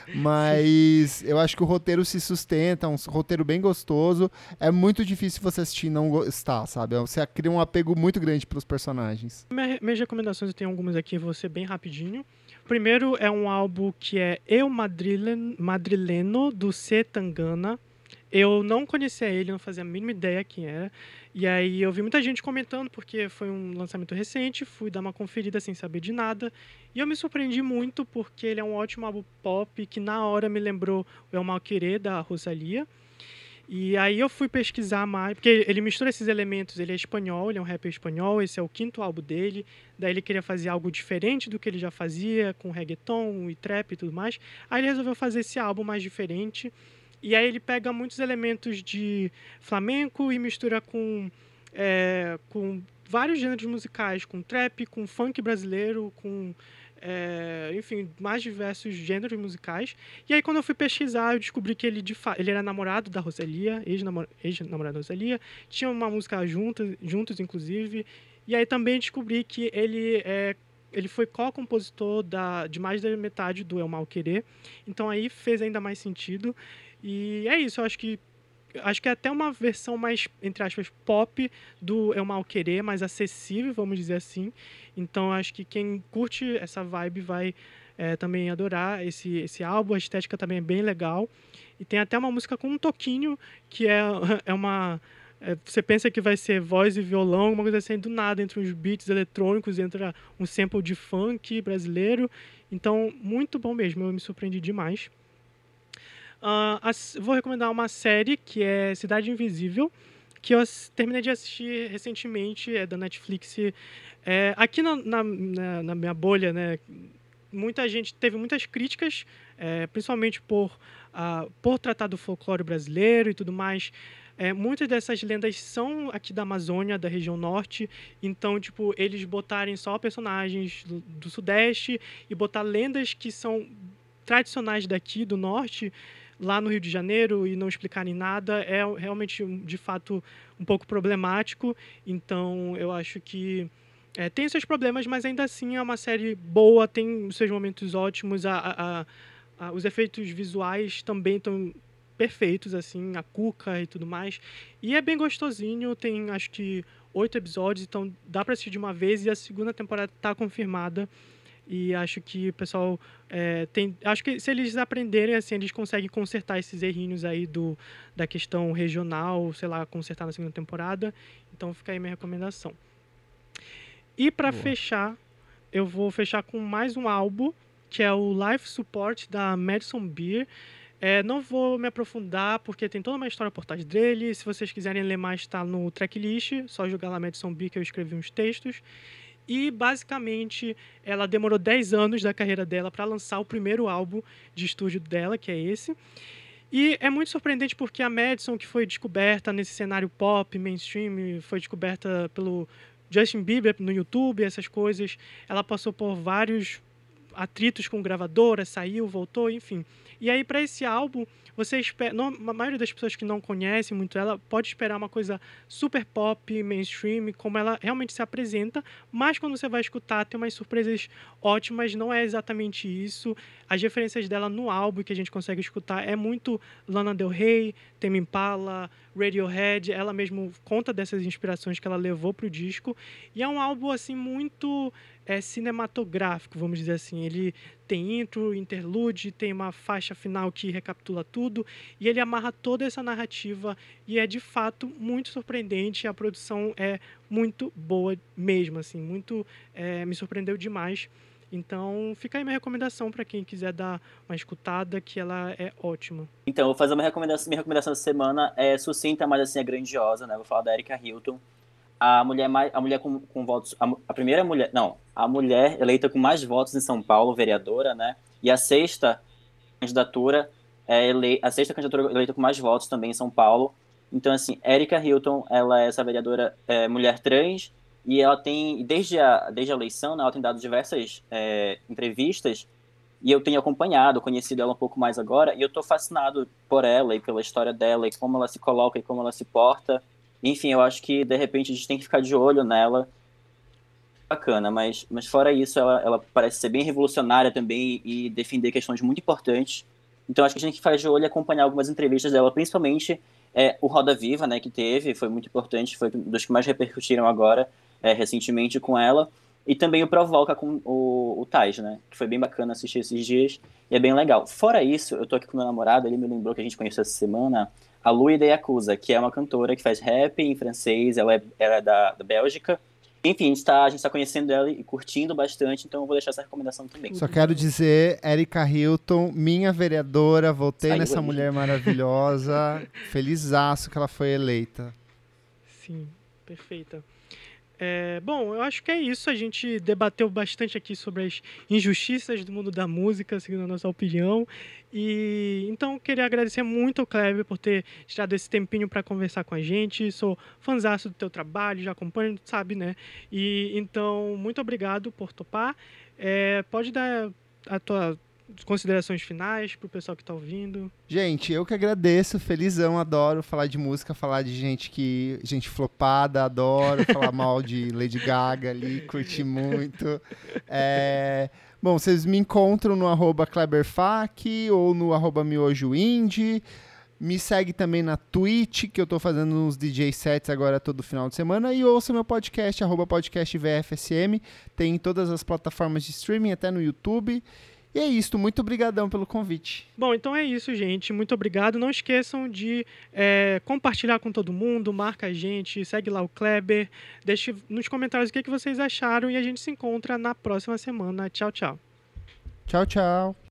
Mas eu acho que o roteiro se sustenta, um roteiro bem gostoso. É muito difícil você assistir e não gostar, sabe? Você cria um apego muito grande pelos personagens. Minha- Minhas recomendações, eu tenho algumas aqui, vou ser bem rapidinho. Primeiro é um álbum que é Eu Madrilen- Madrileno, do C. Tangana. Eu não conhecia ele, não fazia a mínima ideia quem era. E aí eu vi muita gente comentando, porque foi um lançamento recente, fui dar uma conferida sem saber de nada. E eu me surpreendi muito, porque ele é um ótimo álbum pop, que na hora me lembrou o El Malqueré, da Rosalía. E aí eu fui pesquisar mais, porque ele mistura esses elementos, ele é espanhol, ele é um rapper espanhol, esse é o quinto álbum dele, daí ele queria fazer algo diferente do que ele já fazia, com reggaeton e trap e tudo mais, aí ele resolveu fazer esse álbum mais diferente, e aí ele pega muitos elementos de flamenco e mistura com, é, com vários gêneros musicais, com trap, com funk brasileiro, com... É, enfim, mais diversos gêneros musicais. E aí, quando eu fui pesquisar, eu descobri que ele, de fa... ele era namorado da Rosalía, ex-namor... ex-namorado da Rosalía, tinha uma música juntos, juntos, inclusive. E aí também descobri que ele, é... ele foi co-compositor da... de mais da metade do El Malqueré. Então aí fez ainda mais sentido. E é isso, eu acho que acho que é até uma versão mais, entre aspas, pop do Eu Mal Querer, mais acessível, vamos dizer assim. Então, acho que quem curte essa vibe vai é, também adorar esse, esse álbum. A estética também é bem legal. E tem até uma música com um toquinho, que é, é uma... É, você pensa que vai ser voz e violão, uma coisa assim, do nada, entre uns beats eletrônicos, entra um sample de funk brasileiro. Então, muito bom mesmo, eu me surpreendi demais. Uh, as, vou recomendar uma série que é Cidade Invisível, que eu terminei de assistir recentemente, é da Netflix. É, aqui na, na, na, na minha bolha, né, muita gente teve muitas críticas, é, principalmente por, uh, por tratar do folclore brasileiro e tudo mais. É, muitas dessas lendas são aqui da Amazônia, da região norte, então, tipo, eles botarem só personagens do, do Sudeste e botar lendas que são tradicionais daqui, do Norte, lá no Rio de Janeiro e não explicarem nada é realmente, de fato, um pouco problemático. Então, eu acho que é, tem seus problemas, mas ainda assim é uma série boa, tem os seus momentos ótimos, a, a, a, os efeitos visuais também estão perfeitos, assim, a cuca e tudo mais. E é bem gostosinho, tem acho que oito episódios, então dá para assistir de uma vez e a segunda temporada está confirmada. E acho que o pessoal é, tem... Acho que se eles aprenderem, assim, eles conseguem consertar esses errinhos aí do, da questão regional, sei lá, consertar na segunda temporada. Então fica aí minha recomendação. E para fechar, eu vou fechar com mais um álbum, que é o Life Support da Madison Beer. É, não vou me aprofundar, porque tem toda uma história por trás dele. Se vocês quiserem ler mais, está no tracklist. Só jogar lá Madison Beer, que eu escrevi uns textos. E, basicamente, ela demorou dez anos da carreira dela para lançar o primeiro álbum de estúdio dela, que é esse. E é muito surpreendente porque a Madison, que foi descoberta nesse cenário pop, mainstream, foi descoberta pelo Justin Bieber no YouTube, essas coisas. Ela passou por vários atritos com gravadoras, saiu, voltou, enfim. E aí, para esse álbum, você espera... Não, a maioria das pessoas que não conhecem muito ela pode esperar uma coisa super pop, mainstream, como ela realmente se apresenta, mas quando você vai escutar, tem umas surpresas ótimas, não é exatamente isso. As referências dela no álbum que a gente consegue escutar é muito Lana Del Rey, Tame Impala, Radiohead, ela mesmo conta dessas inspirações que ela levou para o disco, e é um álbum, assim, muito... é cinematográfico, vamos dizer assim. Ele tem intro, interlude, tem uma faixa final que recapitula tudo, e ele amarra toda essa narrativa, e é de fato muito surpreendente. A produção é muito boa mesmo, assim, muito, é, me surpreendeu demais. Então fica aí minha recomendação para quem quiser dar uma escutada, que ela é ótima. Então, eu vou fazer uma recomendação. Minha recomendação da semana é sucinta, mas assim é grandiosa, né? Vou falar da Erika Hilton. A mulher, mais, a mulher com, com votos... A, a primeira mulher... Não, a mulher eleita com mais votos em São Paulo, vereadora, né? E a sexta candidatura, é ele... a sexta candidatura eleita com mais votos também em São Paulo. Então, assim, Erika Hilton, ela é essa vereadora é, mulher trans, e ela tem, desde a, desde a eleição, né, ela tem dado diversas é, entrevistas, e eu tenho acompanhado, conhecido ela um pouco mais agora, e eu estou fascinado por ela e pela história dela, e como ela se coloca e como ela se porta. Enfim, eu acho que, de repente, a gente tem que ficar de olho nela. Bacana, mas, mas fora isso, ela, ela parece ser bem revolucionária também e defender questões muito importantes. Então, acho que a gente tem que ficar de olho e acompanhar algumas entrevistas dela, principalmente é, o Roda Viva, né, que teve, foi muito importante, foi um dos que mais repercutiram agora, é, recentemente com ela. E também o Provoca com o, o Tais, né? Que foi bem bacana assistir esses dias. E é bem legal. Fora isso, eu tô aqui com meu namorado, ele me lembrou que a gente conheceu essa semana a Louis de Yakuza, que é uma cantora que faz rap em francês, ela é, ela é da, da Bélgica. Enfim, a gente, tá, a gente tá conhecendo ela e curtindo bastante, então eu vou deixar essa recomendação também. Só quero dizer, Erika Hilton, minha vereadora, votei Saiu nessa aí. mulher maravilhosa, felizaço que ela foi eleita. Sim, perfeita. É, bom, eu acho que é isso. A gente debateu bastante aqui sobre as injustiças do mundo da música, seguindo a nossa opinião. E então queria agradecer muito ao Kleber por ter tirado esse tempinho para conversar com a gente. Sou fãzaço do teu trabalho, já acompanho, sabe, né? E então muito obrigado por topar. É, pode dar a tua considerações finais pro pessoal que tá ouvindo. Gente, eu que agradeço, felizão, adoro falar de música, falar de gente que gente flopada, adoro falar mal de Lady Gaga ali, curti muito. É, bom, vocês me encontram no arroba kleberfac ou no arroba miojoindie. Me segue também na Twitch, que eu tô fazendo uns D J sets agora todo final de semana. E ouça meu podcast, arroba podcast V F S M. Tem em todas as plataformas de streaming, até no YouTube. E é isso, muito obrigadão pelo convite. Bom, então é isso, gente. Muito obrigado. Não esqueçam de é, compartilhar com todo mundo, marca a gente, segue lá o Kleber. Deixe nos comentários o que, que vocês acharam e a gente se encontra na próxima semana. Tchau, tchau. Tchau, tchau.